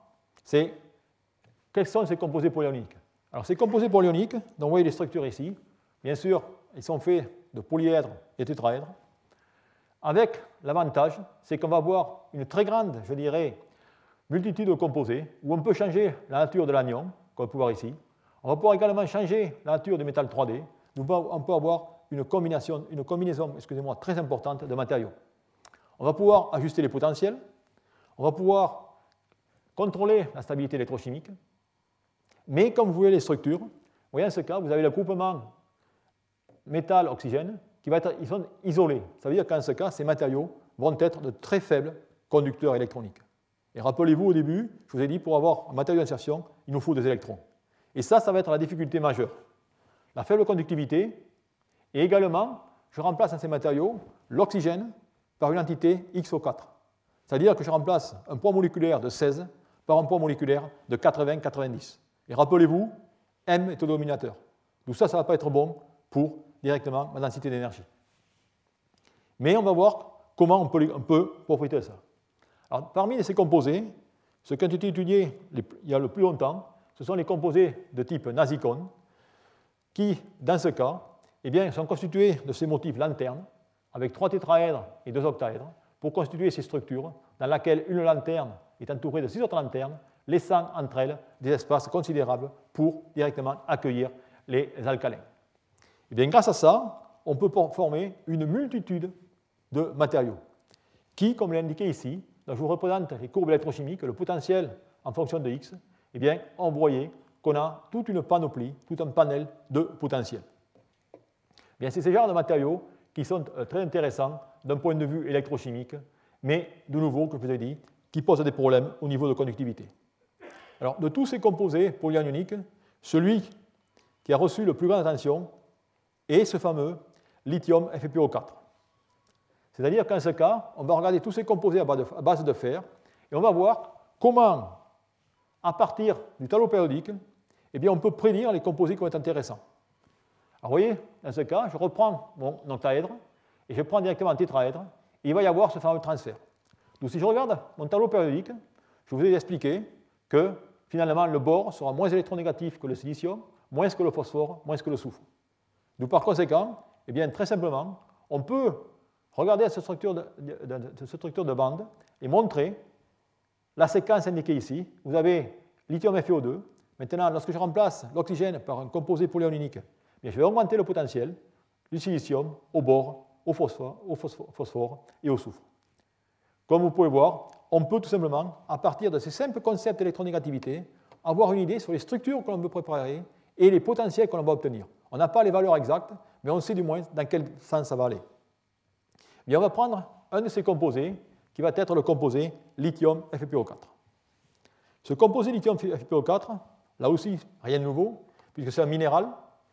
Speaker 1: quels sont ces composés polyanioniques? Alors ces composés polyanioniques, donc vous voyez les structures ici, bien sûr, ils sont faits de polyèdres et tétraèdres, avec l'avantage, c'est qu'on va avoir une très grande, je dirais, multitude de composés, où on peut changer la nature de l'anion, comme on peut voir ici. On va pouvoir également changer la nature du métal 3D, on peut avoir une combinaison très importante de matériaux. On va pouvoir ajuster les potentiels, on va pouvoir contrôler la stabilité électrochimique, mais comme vous voyez les structures, vous voyez en ce cas, vous avez le groupement métal-oxygène ils sont isolés. Ça veut dire qu'en ce cas, ces matériaux vont être de très faibles conducteurs électroniques. Et rappelez-vous au début, je vous ai dit, pour avoir un matériau d'insertion, il nous faut des électrons. Et ça va être la difficulté majeure. La faible conductivité, et également, je remplace dans ces matériaux l'oxygène par une entité XO4. C'est-à-dire que je remplace un poids moléculaire de 16 par un poids moléculaire de 80-90. Et rappelez-vous, M est au dominateur. Donc ça ne va pas être bon pour directement ma densité d'énergie. Mais on va voir comment on peut profiter de ça. Alors, parmi ces composés, ceux qui ont été étudiés il y a le plus longtemps, ce sont les composés de type Nasicon, qui, dans ce cas, eh bien, sont constitués de ces motifs lanternes, avec 3 tétraèdres et 2 octaèdres pour constituer ces structures dans lesquelles une lanterne est entourée de 6 autres lanternes, laissant entre elles des espaces considérables pour directement accueillir les alcalins. Et bien, grâce à ça, on peut former une multitude de matériaux qui, comme l'indiqué ici, donc je vous représente les courbes électrochimiques, le potentiel en fonction de X, eh bien, on voyait qu'on a toute une panoplie, tout un panel de potentiels. Bien, c'est ce genre de matériaux qui sont très intéressants d'un point de vue électrochimique, mais de nouveau, comme je vous ai dit, qui posent des problèmes au niveau de conductivité. Alors, de tous ces composés polyanioniques, celui qui a reçu le plus grande attention est ce fameux lithium FePO4. C'est-à-dire qu'en ce cas, on va regarder tous ces composés à base de fer et on va voir comment, à partir du tableau périodique, eh bien, on peut prédire les composés qui vont être intéressants. Alors, vous voyez, dans ce cas, je reprends mon octaèdre et je prends directement un tétraèdre et il va y avoir ce fameux transfert. Donc, si je regarde mon tableau périodique, je vous ai expliqué que finalement, le bore sera moins électronégatif que le silicium, moins que le phosphore, moins que le soufre. Donc, par conséquent, eh bien, très simplement, on peut regarder cette structure de bande et montrer la séquence indiquée ici. Vous avez lithium FeO2. Maintenant, lorsque je remplace l'oxygène par un composé polyanionique, je vais augmenter le potentiel du silicium au bore, au phosphore et au soufre. Comme vous pouvez voir, on peut tout simplement, à partir de ces simples concepts d'électronégativité, avoir une idée sur les structures que l'on veut préparer et les potentiels que l'on va obtenir. On n'a pas les valeurs exactes, mais on sait du moins dans quel sens ça va aller. Bien, on va prendre un de ces composés qui va être le composé lithium FePO4. Ce composé lithium FePO4, là aussi, rien de nouveau, puisque c'est un minéral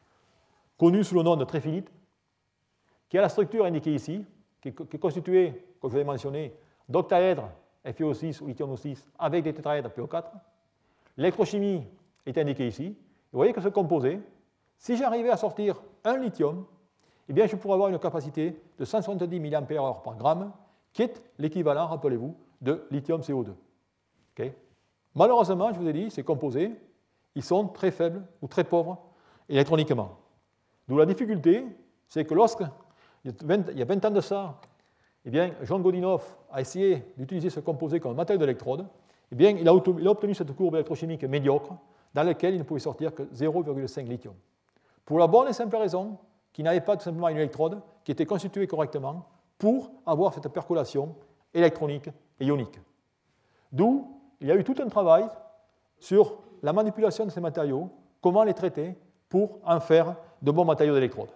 Speaker 1: connu sous le nom de tréphinite, qui a la structure indiquée ici, qui est constituée, comme je l'ai mentionné, d'octaèdres FeO6 ou lithium-6 avec des tétraèdres PO4. L'électrochimie est indiquée ici. Et vous voyez que ce composé, si j'arrivais à sortir un lithium, eh bien, je pourrais avoir une capacité de 170 mAh par gramme, qui est l'équivalent, rappelez-vous, de lithium CO2. Okay. Malheureusement, je vous ai dit, ces composés, ils sont très faibles ou très pauvres électroniquement. D'où la difficulté, c'est que lorsque, il y a 20 ans de ça, eh bien, Jean Godinov a essayé d'utiliser ce composé comme matériau d'électrode, eh bien, il a obtenu cette courbe électrochimique médiocre dans laquelle il ne pouvait sortir que 0,5 lithium. Pour la bonne et simple raison qu'il n'avait pas tout simplement une électrode qui était constituée correctement pour avoir cette percolation électronique et ionique. D'où il y a eu tout un travail sur la manipulation de ces matériaux, comment les traiter pour en faire de bons matériaux d'électrode.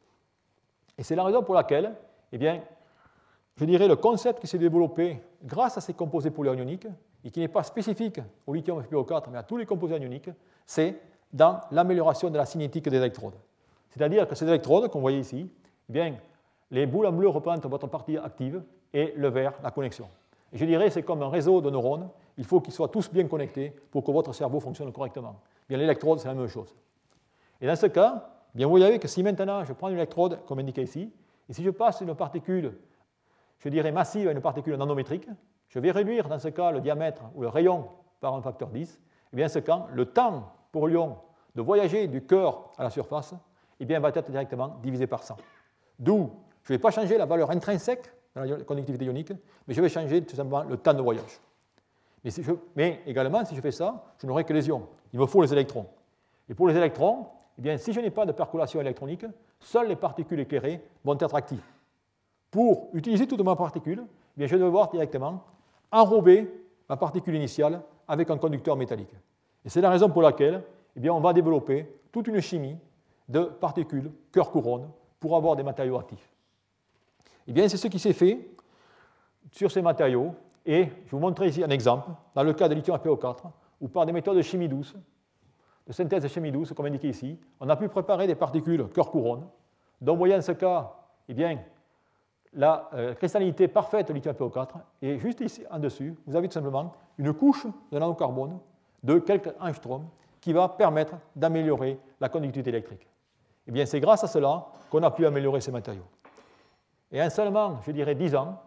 Speaker 1: Et c'est la raison pour laquelle, eh bien, je dirais, le concept qui s'est développé grâce à ces composés polyanioniques, et qui n'est pas spécifique au lithium FePO4, mais à tous les composés anioniques, c'est dans l'amélioration de la cinétique des électrodes. C'est-à-dire que ces électrodes, qu'on voyait ici, eh bien, les boules en bleu représentent votre partie active et le vert, la connexion. Et je dirais c'est comme un réseau de neurones, il faut qu'ils soient tous bien connectés pour que votre cerveau fonctionne correctement. Bien, l'électrode, c'est la même chose. Et dans ce cas, bien, vous voyez que si maintenant je prends une électrode, comme indiqué ici, et si je passe une particule, je dirais massive à une particule nanométrique, je vais réduire dans ce cas le diamètre ou le rayon par un facteur 10, et bien, dans ce cas, le temps pour l'ion de voyager du cœur à la surface eh bien, va être directement divisé par 100. D'où je ne vais pas changer la valeur intrinsèque dans la conductivité ionique, mais je vais changer tout simplement le temps de voyage. Mais également, si je fais ça, je n'aurai que les ions. Il me faut les électrons. Et pour les électrons, eh bien, si je n'ai pas de percolation électronique, seules les particules éclairées vont être actives. Pour utiliser toute ma particule, eh bien, je vais devoir directement enrober ma particule initiale avec un conducteur métallique. Et c'est la raison pour laquelle eh bien, on va développer toute une chimie de particules cœur-couronne pour avoir des matériaux actifs. Eh bien, c'est ce qui s'est fait sur ces matériaux, et je vais vous montrer ici un exemple, dans le cas de lithium FePO4, où par des méthodes de chimie douce, de synthèse de chimie douce, comme indiqué ici, on a pu préparer des particules cœur-couronne, dont vous voyez en ce cas, eh bien, la cristallinité parfaite de lithium FePO4, et juste ici en dessus, vous avez tout simplement une couche de nanocarbone de quelques angstroms qui va permettre d'améliorer la conductivité électrique. Eh bien, c'est grâce à cela qu'on a pu améliorer ces matériaux. Et en seulement, je dirais, 10 ans,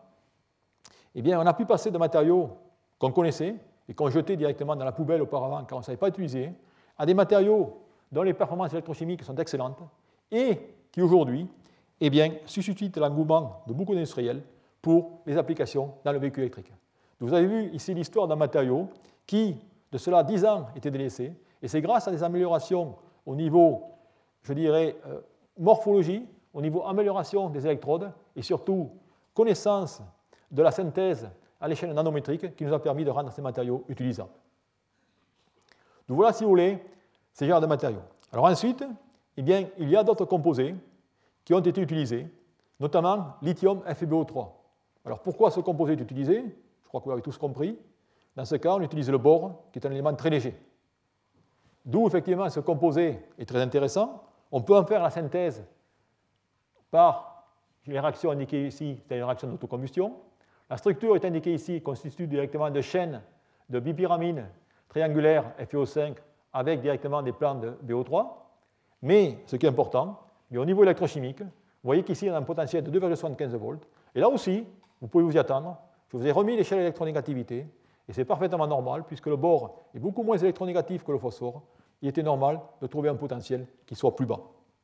Speaker 1: eh bien, on a pu passer de matériaux qu'on connaissait et qu'on jetait directement dans la poubelle auparavant car on ne savait pas utiliser, à des matériaux dont les performances électrochimiques sont excellentes et qui aujourd'hui eh bien, suscite l'engouement de beaucoup d'industriels pour les applications dans le véhicule électrique. Donc, vous avez vu ici l'histoire d'un matériau qui, de cela 10 ans, était délaissé, et c'est grâce à des améliorations au niveau, je dirais, morphologie, au niveau amélioration des électrodes, et surtout connaissance de la synthèse à l'échelle nanométrique qui nous a permis de rendre ces matériaux utilisables. Donc voilà, si vous voulez, ces genres de matériaux. Alors ensuite, eh bien, il y a d'autres composés qui ont été utilisés, notamment lithium FeBO3. Alors pourquoi ce composé est utilisé? Je crois que vous avez tous compris. Dans ce cas, on utilise le bore, qui est un élément très léger. D'où, effectivement, ce composé est très intéressant. On peut en faire la synthèse par les réactions indiquées ici, c'est une réaction d'autocombustion. La structure est indiquée ici, constitue directement de chaînes de bipyramines triangulaires FeO5 avec directement des plans de BO3. Mais ce qui est important, au niveau électrochimique, vous voyez qu'ici, on a un potentiel de 2,75 volts. Et là aussi, vous pouvez vous y attendre. Je vous ai remis l'échelle d'électronégativité. Et c'est parfaitement normal, puisque le bore est beaucoup moins électronégatif que le phosphore. Il était normal de trouver un potentiel qui soit plus bas.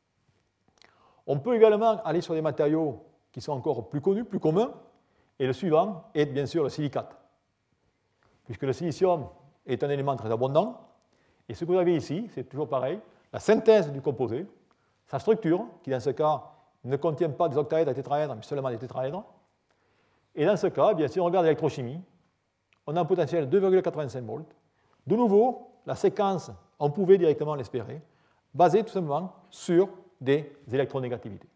Speaker 1: On peut également aller sur des matériaux qui sont encore plus connus, plus communs. Et le suivant est bien sûr le silicate. Puisque le silicium est un élément très abondant. Et ce que vous avez ici, c'est toujours pareil, la synthèse du composé, sa structure, qui dans ce cas ne contient pas des octaèdres à tétraèdres, mais seulement des tétraèdres. Et dans ce cas, bien, si on regarde l'électrochimie, on a un potentiel de 2,85 volts. De nouveau, la séquence, on pouvait directement l'espérer, basée tout simplement sur des électronégativités.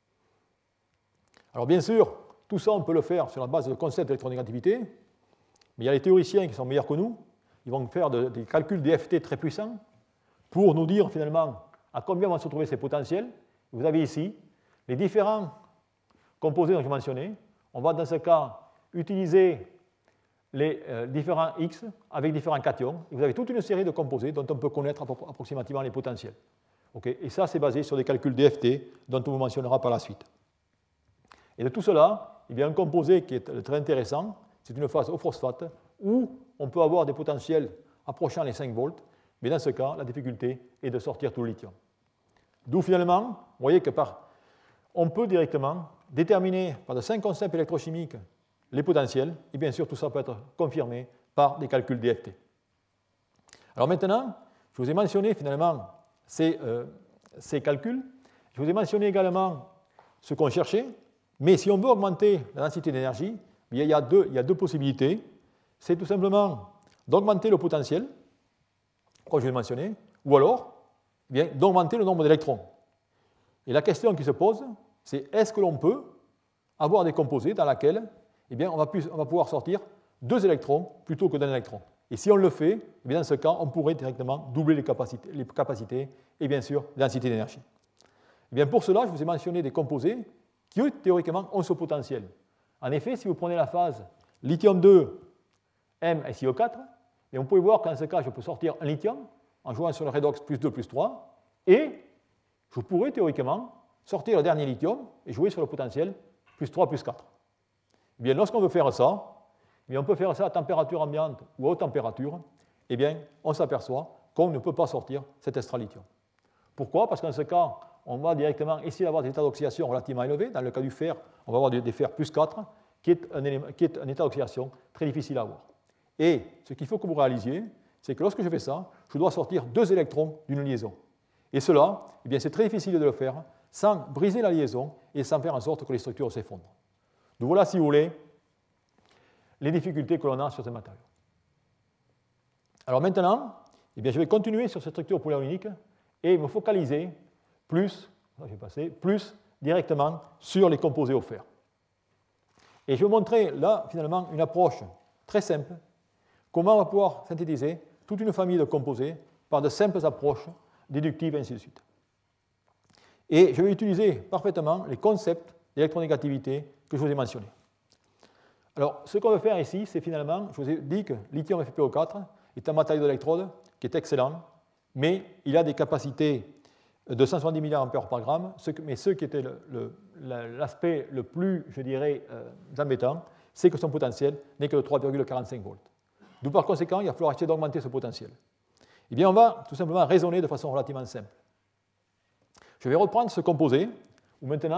Speaker 1: Alors bien sûr, tout ça, on peut le faire sur la base de concepts d'électronégativité, mais il y a les théoriciens qui sont meilleurs que nous. Ils vont faire des calculs d'EFT très puissants pour nous dire finalement à combien vont se trouver ces potentiels. Vous avez ici les différents composés dont je mentionnais. On va dans ce cas utiliser les différents X avec différents cations. Et vous avez toute une série de composés dont on peut connaître approximativement les potentiels. Okay, et ça, c'est basé sur des calculs d'EFT dont on vous mentionnera par la suite. Et de tout cela, il y a un composé qui est très intéressant, c'est une phase au phosphate, où on peut avoir des potentiels approchant les 5 volts, mais dans ce cas, la difficulté est de sortir tout le lithium. D'où finalement, vous voyez que on peut directement déterminer par de 5 concepts électrochimiques les potentiels, et bien sûr tout ça peut être confirmé par des calculs d'EFT. Alors maintenant, je vous ai mentionné finalement ces calculs, je vous ai mentionné également ce qu'on cherchait, mais si on veut augmenter la densité d'énergie, il y a deux possibilités. C'est tout simplement d'augmenter le potentiel, comme je l'ai mentionné, ou alors d'augmenter le nombre d'électrons. Et la question qui se pose, c'est est-ce que l'on peut avoir des composés dans lesquels on va pouvoir sortir 2 électrons plutôt que d'un électron. Et si on le fait, dans ce cas, on pourrait directement doubler les capacités et bien sûr la densité d'énergie. Pour cela, je vous ai mentionné des composés qui, eux, théoriquement, ont ce potentiel. En effet, si vous prenez la phase lithium-2, M, SiO4, vous pouvez voir qu'en ce cas, je peux sortir un lithium en jouant sur le redox plus 2 plus 3, et je pourrais théoriquement sortir le dernier lithium et jouer sur le potentiel plus 3 plus 4. Lorsqu'on veut faire ça, on peut faire ça à température ambiante ou à haute température, on s'aperçoit qu'on ne peut pas sortir cet extra lithium. Pourquoi? Parce qu'en ce cas, on va directement essayer d'avoir des états d'oxydation relativement élevés. Dans le cas du fer, on va avoir des fer plus 4, qui est un état d'oxydation très difficile à avoir. Et ce qu'il faut que vous réalisiez, c'est que lorsque je fais ça, je dois sortir 2 électrons d'une liaison. Et cela, c'est très difficile de le faire sans briser la liaison et sans faire en sorte que les structures s'effondrent. Donc voilà, si vous voulez, les difficultés que l'on a sur ces matériaux. Alors maintenant, je vais continuer sur cette structure polaire unique et me focaliser plus directement sur les composés au fer. Et je vais vous montrer là, finalement, une approche très simple, comment on va pouvoir synthétiser toute une famille de composés par de simples approches déductives, et ainsi de suite. Et je vais utiliser parfaitement les concepts d'électronégativité que je vous ai mentionnés. Alors, ce qu'on veut faire ici, c'est finalement, je vous ai dit que lithium FePO4 est un matériau d'électrode qui est excellent, mais il a des capacités de 170 mAh par gramme, mais ce qui était l'aspect le plus, je dirais, embêtant, c'est que son potentiel n'est que de 3,45 volts. D'où par conséquent, il va falloir essayer d'augmenter ce potentiel. On va tout simplement raisonner de façon relativement simple. Je vais reprendre ce composé, où maintenant,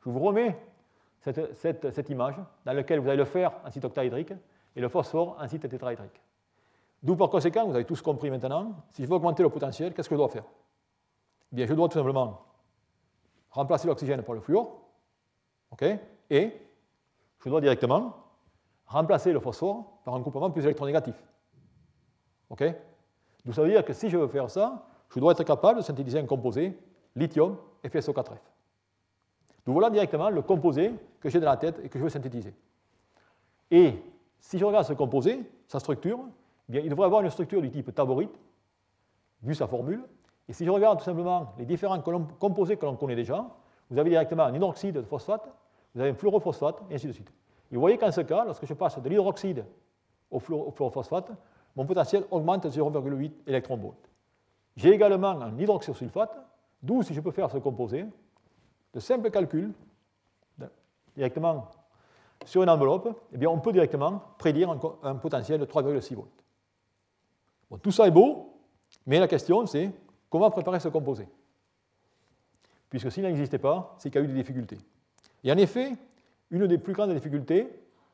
Speaker 1: je vous remets cette image dans laquelle vous avez le fer en site octaédrique et le phosphore en site tétraédrique. D'où par conséquent, vous avez tous compris maintenant, si je veux augmenter le potentiel, qu'est-ce que je dois faire? Eh bien, je dois tout simplement remplacer l'oxygène par le fluor, okay, et je dois directement remplacer le phosphore par un couplement plus électronégatif. Okay. Donc ça veut dire que si je veux faire ça, je dois être capable de synthétiser un composé lithium FeSO4F. Donc voilà directement le composé que j'ai dans la tête et que je veux synthétiser. Et si je regarde ce composé, sa structure, eh bien, il devrait avoir une structure du type taborite, vu sa formule. Et si je regarde tout simplement les différents composés que l'on connaît déjà, vous avez directement un hydroxyde de phosphate, vous avez un fluorophosphate, et ainsi de suite. Et vous voyez qu'en ce cas, lorsque je passe de l'hydroxyde au fluorophosphate, mon potentiel augmente de 0,8 électronvolts. J'ai également un hydroxysulfate, d'où si je peux faire ce composé, de simples calculs, directement sur une enveloppe, eh bien, on peut directement prédire un potentiel de 3,6 volts. Bon, tout ça est beau, mais la question c'est comment préparer ce composé? Puisque s'il n'existait pas, c'est qu'il y a eu des difficultés. Et en effet, une des plus grandes difficultés,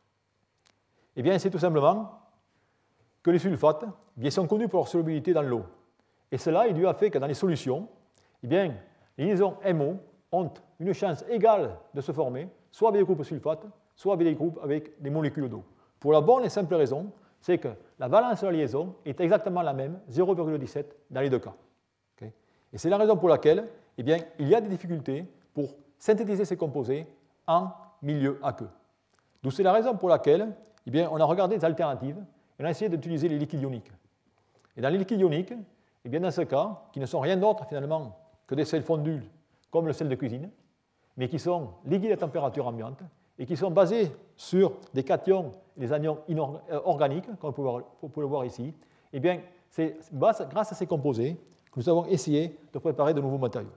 Speaker 1: eh bien, c'est tout simplement que les sulfates sont connus pour leur solubilité dans l'eau. Et cela est dû au fait que dans les solutions, eh bien, les liaisons MO ont une chance égale de se former, soit avec des groupes sulfates, soit avec des groupes avec des molécules d'eau. Pour la bonne et simple raison, c'est que la valence de la liaison est exactement la même, 0,17 dans les deux cas. Okay. Et c'est la raison pour laquelle eh bien, il y a des difficultés pour synthétiser ces composés en milieu aqueux. Donc c'est la raison pour laquelle eh bien, on a regardé des alternatives et on a essayé d'utiliser les liquides ioniques. Et dans les liquides ioniques, eh bien, dans ce cas, qui ne sont rien d'autre finalement que des sels fondus comme le sel de cuisine, mais qui sont liquides à température ambiante et qui sont basés sur des cations et des anions organiques, comme vous pouvez le voir ici, eh bien, c'est grâce à ces composés que nous avons essayé de préparer de nouveaux matériaux.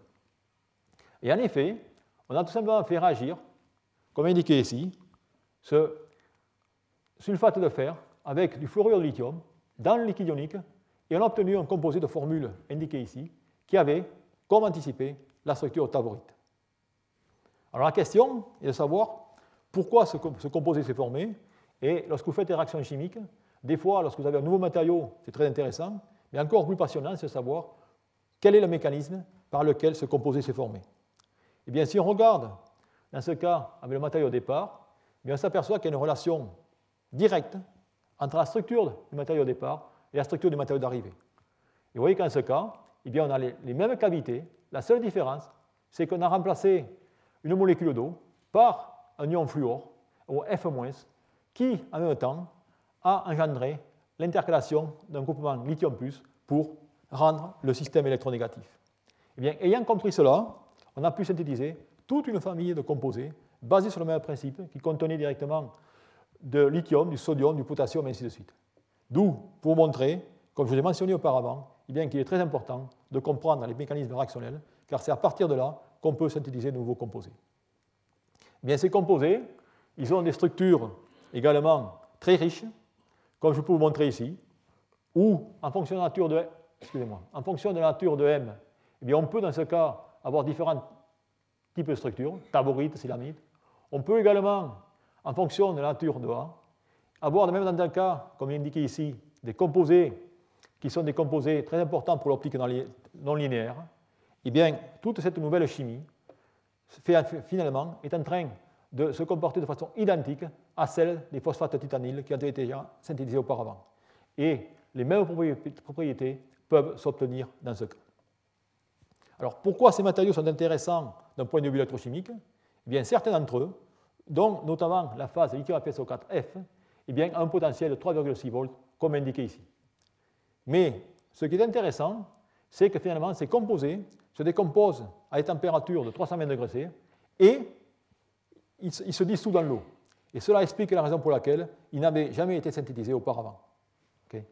Speaker 1: Et en effet, on a tout simplement fait réagir, comme indiqué ici, ce sulfate de fer avec du fluorure de lithium dans le liquide ionique, et on a obtenu un composé de formule indiqué ici, qui avait, comme anticipé, la structure taborite. Alors la question est de savoir pourquoi ce composé s'est formé, et lorsque vous faites des réactions chimiques, des fois, lorsque vous avez un nouveau matériau, c'est très intéressant, mais encore plus passionnant, c'est de savoir quel est le mécanisme par lequel ce composé s'est formé. Eh bien, si on regarde, dans ce cas, avec le matériau au départ, eh bien, on s'aperçoit qu'il y a une relation directe entre la structure du matériau au départ et la structure du matériau d'arrivée. Et vous voyez qu'en ce cas, eh bien, on a les mêmes cavités. La seule différence, c'est qu'on a remplacé une molécule d'eau par un ion fluor, ou F-, qui, en même temps, a engendré l'intercalation d'un groupement lithium+, pour rendre le système électronégatif. Eh bien, ayant compris cela, on a pu synthétiser toute une famille de composés basés sur le même principe, qui contenaient directement de lithium, du sodium, du potassium, et ainsi de suite. D'où, pour montrer, comme je l'ai mentionné auparavant, eh bien, qu'il est très important de comprendre les mécanismes réactionnels, car c'est à partir de là qu'on peut synthétiser de nouveaux composés. Eh bien, ces composés, ils ont des structures également très riches, comme je peux vous montrer ici, où, en fonction de la nature de M, eh bien, on peut dans ce cas avoir différents types de structures, taborite, silamite. On peut également, en fonction de la nature de A, avoir, même dans un cas, comme indiqué ici, des composés qui sont des composés très importants pour l'optique non linéaire. Eh bien, toute cette nouvelle chimie, finalement, est en train de se comporter de façon identique à celle des phosphates titanyles qui ont été déjà synthétisés auparavant. Et les mêmes propriétés peuvent s'obtenir dans ce cas. Alors, pourquoi ces matériaux sont intéressants d'un point de vue électrochimique? Eh bien, certains d'entre eux, dont notamment la phase lithium FeSO4F, eh bien, a un potentiel de 3,6 volts, comme indiqué ici. Mais ce qui est intéressant, c'est que finalement, ces composés se décomposent à des températures de 320 degrés C et ils se dissouent dans l'eau. Et cela explique la raison pour laquelle ils n'avaient jamais été synthétisés auparavant. Okay.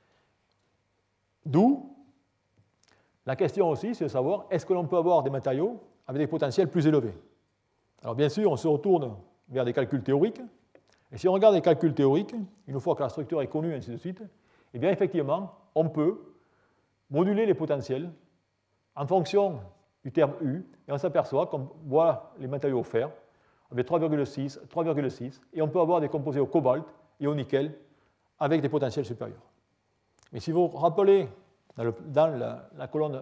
Speaker 1: D'où la question aussi, c'est de savoir est-ce que l'on peut avoir des matériaux avec des potentiels plus élevés. Alors bien sûr, on se retourne vers des calculs théoriques. Et si on regarde les calculs théoriques, une fois que la structure est connue, et ainsi de suite, eh bien effectivement, on peut moduler les potentiels en fonction du terme U, et on s'aperçoit qu'on voit les matériaux au fer avec 3,6, 3,6, et on peut avoir des composés au cobalt et au nickel avec des potentiels supérieurs. Mais si vous vous rappelez, dans la colonne,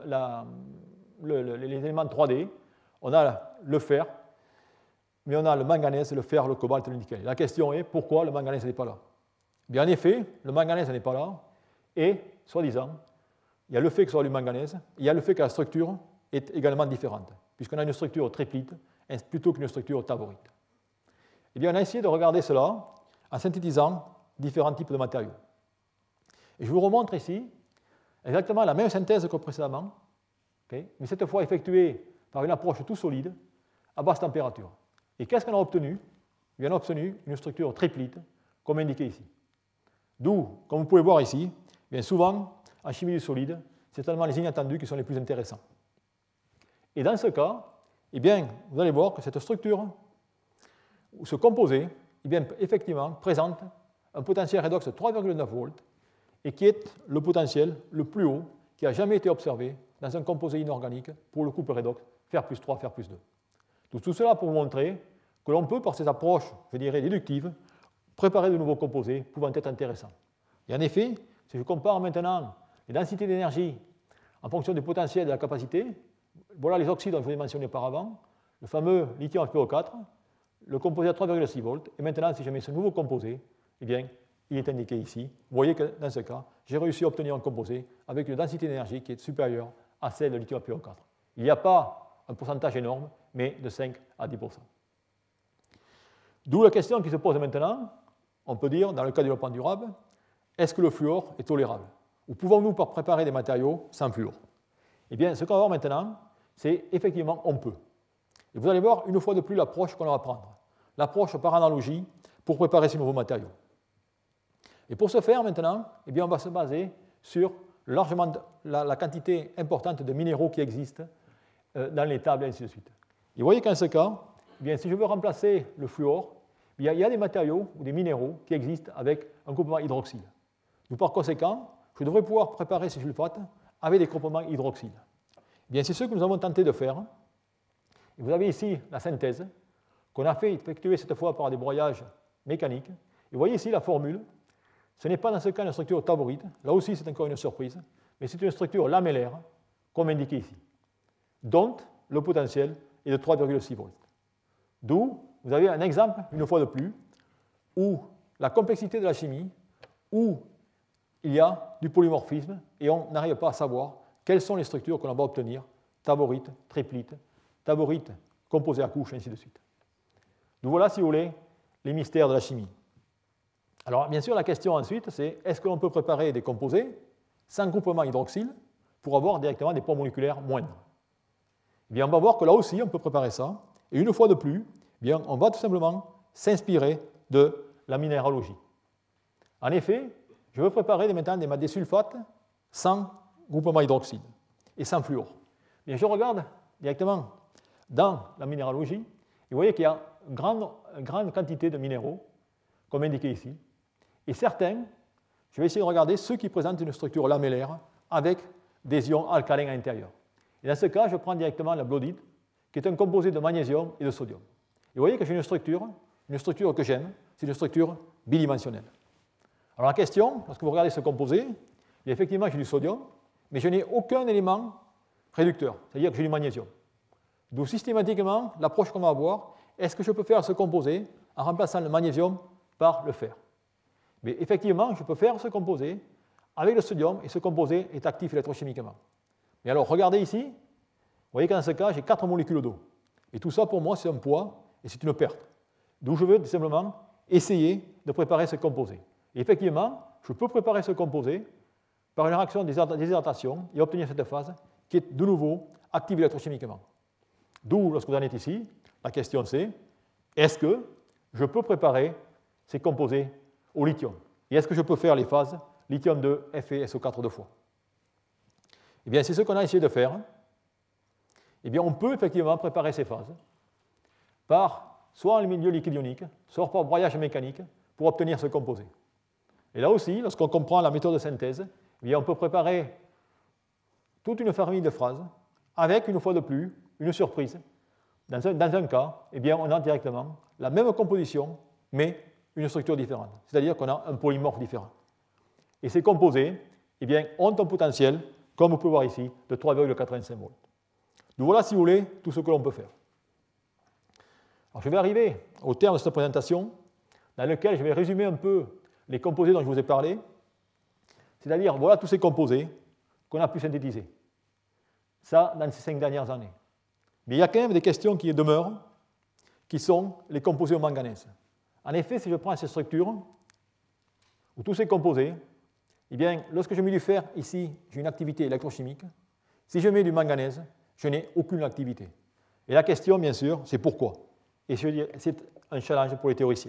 Speaker 1: les éléments 3D, on a le fer, mais on a le manganèse, le fer, le cobalt et le nickel. Et la question est, pourquoi le manganèse n'est pas là? Bien, en effet, le manganèse n'est pas là, et, soi-disant, il y a le fait que ce soit du manganèse, il y a le fait que la structure est également différente, puisqu'on a une structure triplite plutôt qu'une structure tavorite. Eh bien, on a essayé de regarder cela en synthétisant différents types de matériaux. Et je vous remontre ici exactement la même synthèse que précédemment, okay, mais cette fois effectuée par une approche tout solide à basse température. Et qu'est-ce qu'on a obtenu? On a obtenu une structure triplite, comme indiqué ici. D'où, comme vous pouvez voir ici, bien souvent, en chimie du solide, c'est seulement les inattendus qui sont les plus intéressants. Et dans ce cas, eh bien, vous allez voir que cette structure, ou ce composé, eh bien, effectivement, présente un potentiel redox de 3,9 volts et qui est le potentiel le plus haut qui a jamais été observé dans un composé inorganique pour le couple redox fer plus 3, fer plus 2. Tout cela pour vous montrer que l'on peut, par ces approches, je dirais, déductives, préparer de nouveaux composés pouvant être intéressants. Et en effet, si je compare maintenant les densités d'énergie en fonction du potentiel et de la capacité, voilà les oxydes dont je vous ai mentionné auparavant, le fameux lithium FeO4, le composé à 3,6 volts, et maintenant, si je mets ce nouveau composé, eh bien, il est indiqué ici. Vous voyez que dans ce cas, j'ai réussi à obtenir un composé avec une densité d'énergie qui est supérieure à celle de lithium FeO4. Il n'y a pas un pourcentage énorme, mais de 5 à 10%. D'où la question qui se pose maintenant, on peut dire, dans le cas du développement durable, est-ce que le fluor est tolérable? Ou pouvons-nous préparer des matériaux sans fluor? Eh bien, ce qu'on va voir maintenant, c'est effectivement on peut. Et vous allez voir une fois de plus l'approche qu'on va prendre. L'approche par analogie pour préparer ces nouveaux matériaux. Et pour ce faire maintenant, eh bien, on va se baser sur largement la quantité importante de minéraux qui existent dans les tables et ainsi de suite. Et vous voyez qu'en ce cas, eh bien, si je veux remplacer le fluor, il y a des matériaux ou des minéraux qui existent avec un groupement hydroxyle. Donc, par conséquent, je devrais pouvoir préparer ces sulfates avec des groupements hydroxyles. Eh bien, c'est ce que nous avons tenté de faire. Et vous avez ici la synthèse qu'on a fait effectuer cette fois par des broyages mécaniques. Et vous voyez ici la formule. Ce n'est pas dans ce cas une structure tavorite. Là aussi, c'est encore une surprise. Mais c'est une structure lamellaire, comme indiqué ici, dont le potentiel est de 3,6 volts. D'où vous avez un exemple, une fois de plus, où la complexité de la chimie, où il y a du polymorphisme et on n'arrive pas à savoir quelles sont les structures que l'on va obtenir, tavorite, triplite, tavorite, composé à couches, ainsi de suite. Donc voilà, si vous voulez, les mystères de la chimie. Alors, bien sûr, la question ensuite, c'est est-ce que l'on peut préparer des composés sans groupement hydroxyle pour avoir directement des poids moléculaires moindres? Eh bien, on va voir que là aussi, on peut préparer ça. Et une fois de plus, eh bien, on va tout simplement s'inspirer de la minéralogie. En effet, je veux préparer maintenant des sulfates sans groupement hydroxyle et sans fluor. Bien, je regarde directement dans la minéralogie, et vous voyez qu'il y a une grande quantité de minéraux, comme indiqué ici, et certains, je vais essayer de regarder ceux qui présentent une structure lamellaire avec des ions alcalins à l'intérieur. Et dans ce cas, je prends directement la blodite, qui est un composé de magnésium et de sodium. Et vous voyez que j'ai une structure que j'aime, c'est une structure bidimensionnelle. Alors la question, lorsque vous regardez ce composé, effectivement j'ai du sodium, mais je n'ai aucun élément réducteur, c'est-à-dire que j'ai du magnésium. Donc systématiquement, l'approche qu'on va avoir, est-ce que je peux faire ce composé en remplaçant le magnésium par le fer? Mais effectivement, je peux faire ce composé avec le sodium, et ce composé est actif électrochimiquement. Mais alors, regardez ici, vous voyez que dans ce cas, j'ai 4 molécules d'eau. Et tout ça, pour moi, c'est un poids et c'est une perte. Donc je veux tout simplement essayer de préparer ce composé. Et effectivement, je peux préparer ce composé par une réaction de déshydratation et obtenir cette phase qui est de nouveau active électrochimiquement. D'où, lorsque vous en êtes ici, la question c'est, est-ce que je peux préparer ces composés au lithium? Et est-ce que je peux faire les phases lithium 2, Fe, SO4 deux fois? Eh bien, c'est ce qu'on a essayé de faire. Eh bien, on peut effectivement préparer ces phases par soit en milieu liquide ionique, soit par broyage mécanique pour obtenir ce composé. Et là aussi, lorsqu'on comprend la méthode de synthèse, eh bien, on peut préparer toute une famille de phrases avec, une fois de plus, une surprise. Dans un cas, eh bien, on a directement la même composition, mais une structure différente. C'est-à-dire qu'on a un polymorphe différent. Et ces composés eh bien, ont un potentiel, comme vous pouvez voir ici, de 3,85 volts. Donc voilà, si vous voulez, tout ce que l'on peut faire. Alors, je vais arriver au terme de cette présentation, dans lequel je vais résumer un peu les composés dont je vous ai parlé. C'est-à-dire, voilà tous ces composés qu'on a pu synthétiser. Ça, dans ces 5 dernières années. Mais il y a quand même des questions qui demeurent, qui sont les composés au manganèse. En effet, si je prends ces structures, ou tous ces composés, eh bien, lorsque je mets du fer, ici, j'ai une activité électrochimique. Si je mets du manganèse, je n'ai aucune activité. Et la question, bien sûr, c'est pourquoi. Et c'est un challenge pour les théoriciens.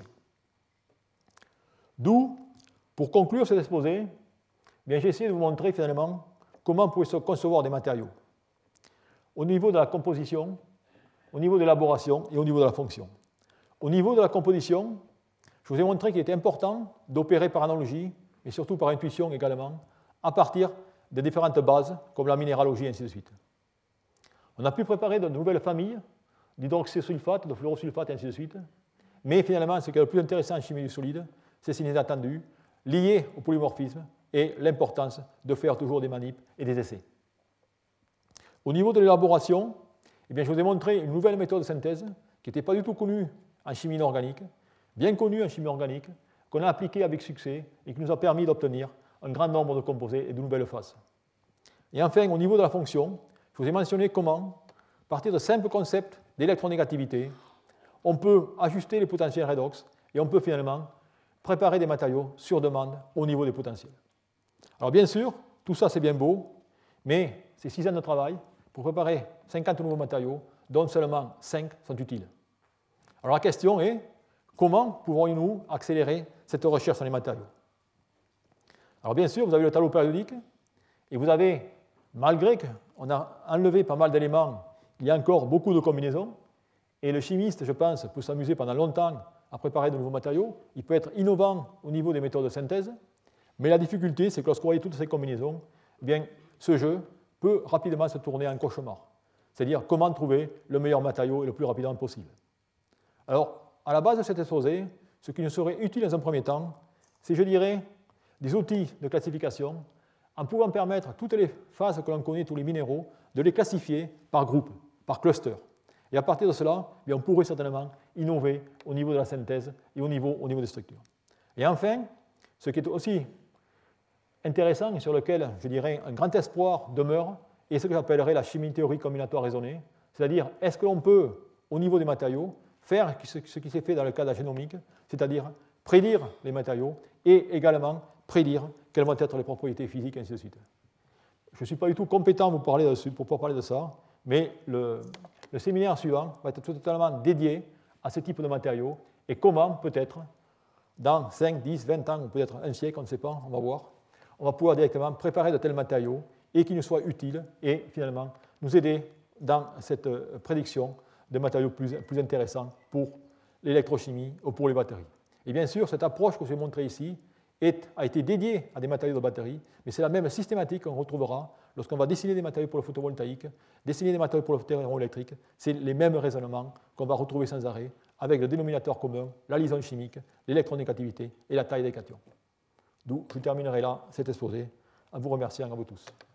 Speaker 1: D'où, pour conclure cet exposé, eh j'ai essayé de vous montrer finalement comment on pouvait se concevoir des matériaux au niveau de la composition, au niveau de l'élaboration et au niveau de la fonction. Au niveau de la composition, je vous ai montré qu'il était important d'opérer par analogie, et surtout par intuition également, à partir de différentes bases, comme la minéralogie, et ainsi de suite. On a pu préparer de nouvelles familles, d'hydroxysulfate, de fluorosulfate, et ainsi de suite. Mais finalement, ce qui est le plus intéressant en chimie du solide, c'est ces inattendus liés au polymorphisme et l'importance de faire toujours des manips et des essais. Au niveau de l'élaboration, eh bien, je vous ai montré une nouvelle méthode de synthèse qui n'était pas du tout connue en chimie inorganique, bien connue en chimie organique, qu'on a appliquée avec succès et qui nous a permis d'obtenir un grand nombre de composés et de nouvelles phases. Et enfin, au niveau de la fonction, je vous ai mentionné comment, à partir de simples concepts d'électronégativité, on peut ajuster les potentiels redox et on peut finalement préparer des matériaux sur demande au niveau des potentiels. Alors bien sûr, tout ça c'est bien beau, mais c'est 6 ans de travail pour préparer 50 nouveaux matériaux, dont seulement 5 sont utiles. Alors la question est, comment pouvons-nous accélérer cette recherche sur les matériaux? Alors bien sûr, vous avez le tableau périodique, et vous avez, malgré qu'on a enlevé pas mal d'éléments, il y a encore beaucoup de combinaisons, et le chimiste, je pense, peut s'amuser pendant longtemps à préparer de nouveaux matériaux. Il peut être innovant au niveau des méthodes de synthèse, mais la difficulté, c'est que lorsque vous voyez toutes ces combinaisons, eh bien, ce jeu peut rapidement se tourner en cauchemar. C'est-à-dire comment trouver le meilleur matériau et le plus rapidement possible. Alors, à la base de cet exposé, ce qui nous serait utile dans un premier temps, c'est, je dirais, des outils de classification en pouvant permettre toutes les phases que l'on connaît, tous les minéraux, de les classifier par groupe, par cluster. Et à partir de cela, eh bien, on pourrait certainement innover au niveau de la synthèse et au niveau des structures. Et enfin, ce qui est aussi intéressant et sur lequel, je dirais, un grand espoir demeure, est ce que j'appellerais la chimie théorique combinatoire raisonnée, c'est-à-dire, est-ce que l'on peut, au niveau des matériaux, faire ce qui s'est fait dans le cas de la génomique, c'est-à-dire prédire les matériaux et également prédire quelles vont être les propriétés physiques, et ainsi de suite. Je ne suis pas du tout compétent pour pouvoir parler de ça, mais le séminaire suivant va être totalement dédié à ce type de matériaux et comment, peut-être, dans 5, 10, 20 ans, ou peut-être un siècle, on ne sait pas, on va voir, on va pouvoir directement préparer de tels matériaux et qui nous soient utiles et finalement nous aider dans cette prédiction de matériaux plus intéressants pour l'électrochimie ou pour les batteries. Et bien sûr, cette approche que je vais montrer ici a été dédiée à des matériaux de batterie, mais c'est la même systématique qu'on retrouvera lorsqu'on va dessiner des matériaux pour le photovoltaïque, dessiner des matériaux pour le thermoélectrique. C'est les mêmes raisonnements qu'on va retrouver sans arrêt avec le dénominateur commun, la liaison chimique, l'électronégativité et la taille des cations. D'où je terminerai là cet exposé en vous remerciant à vous tous.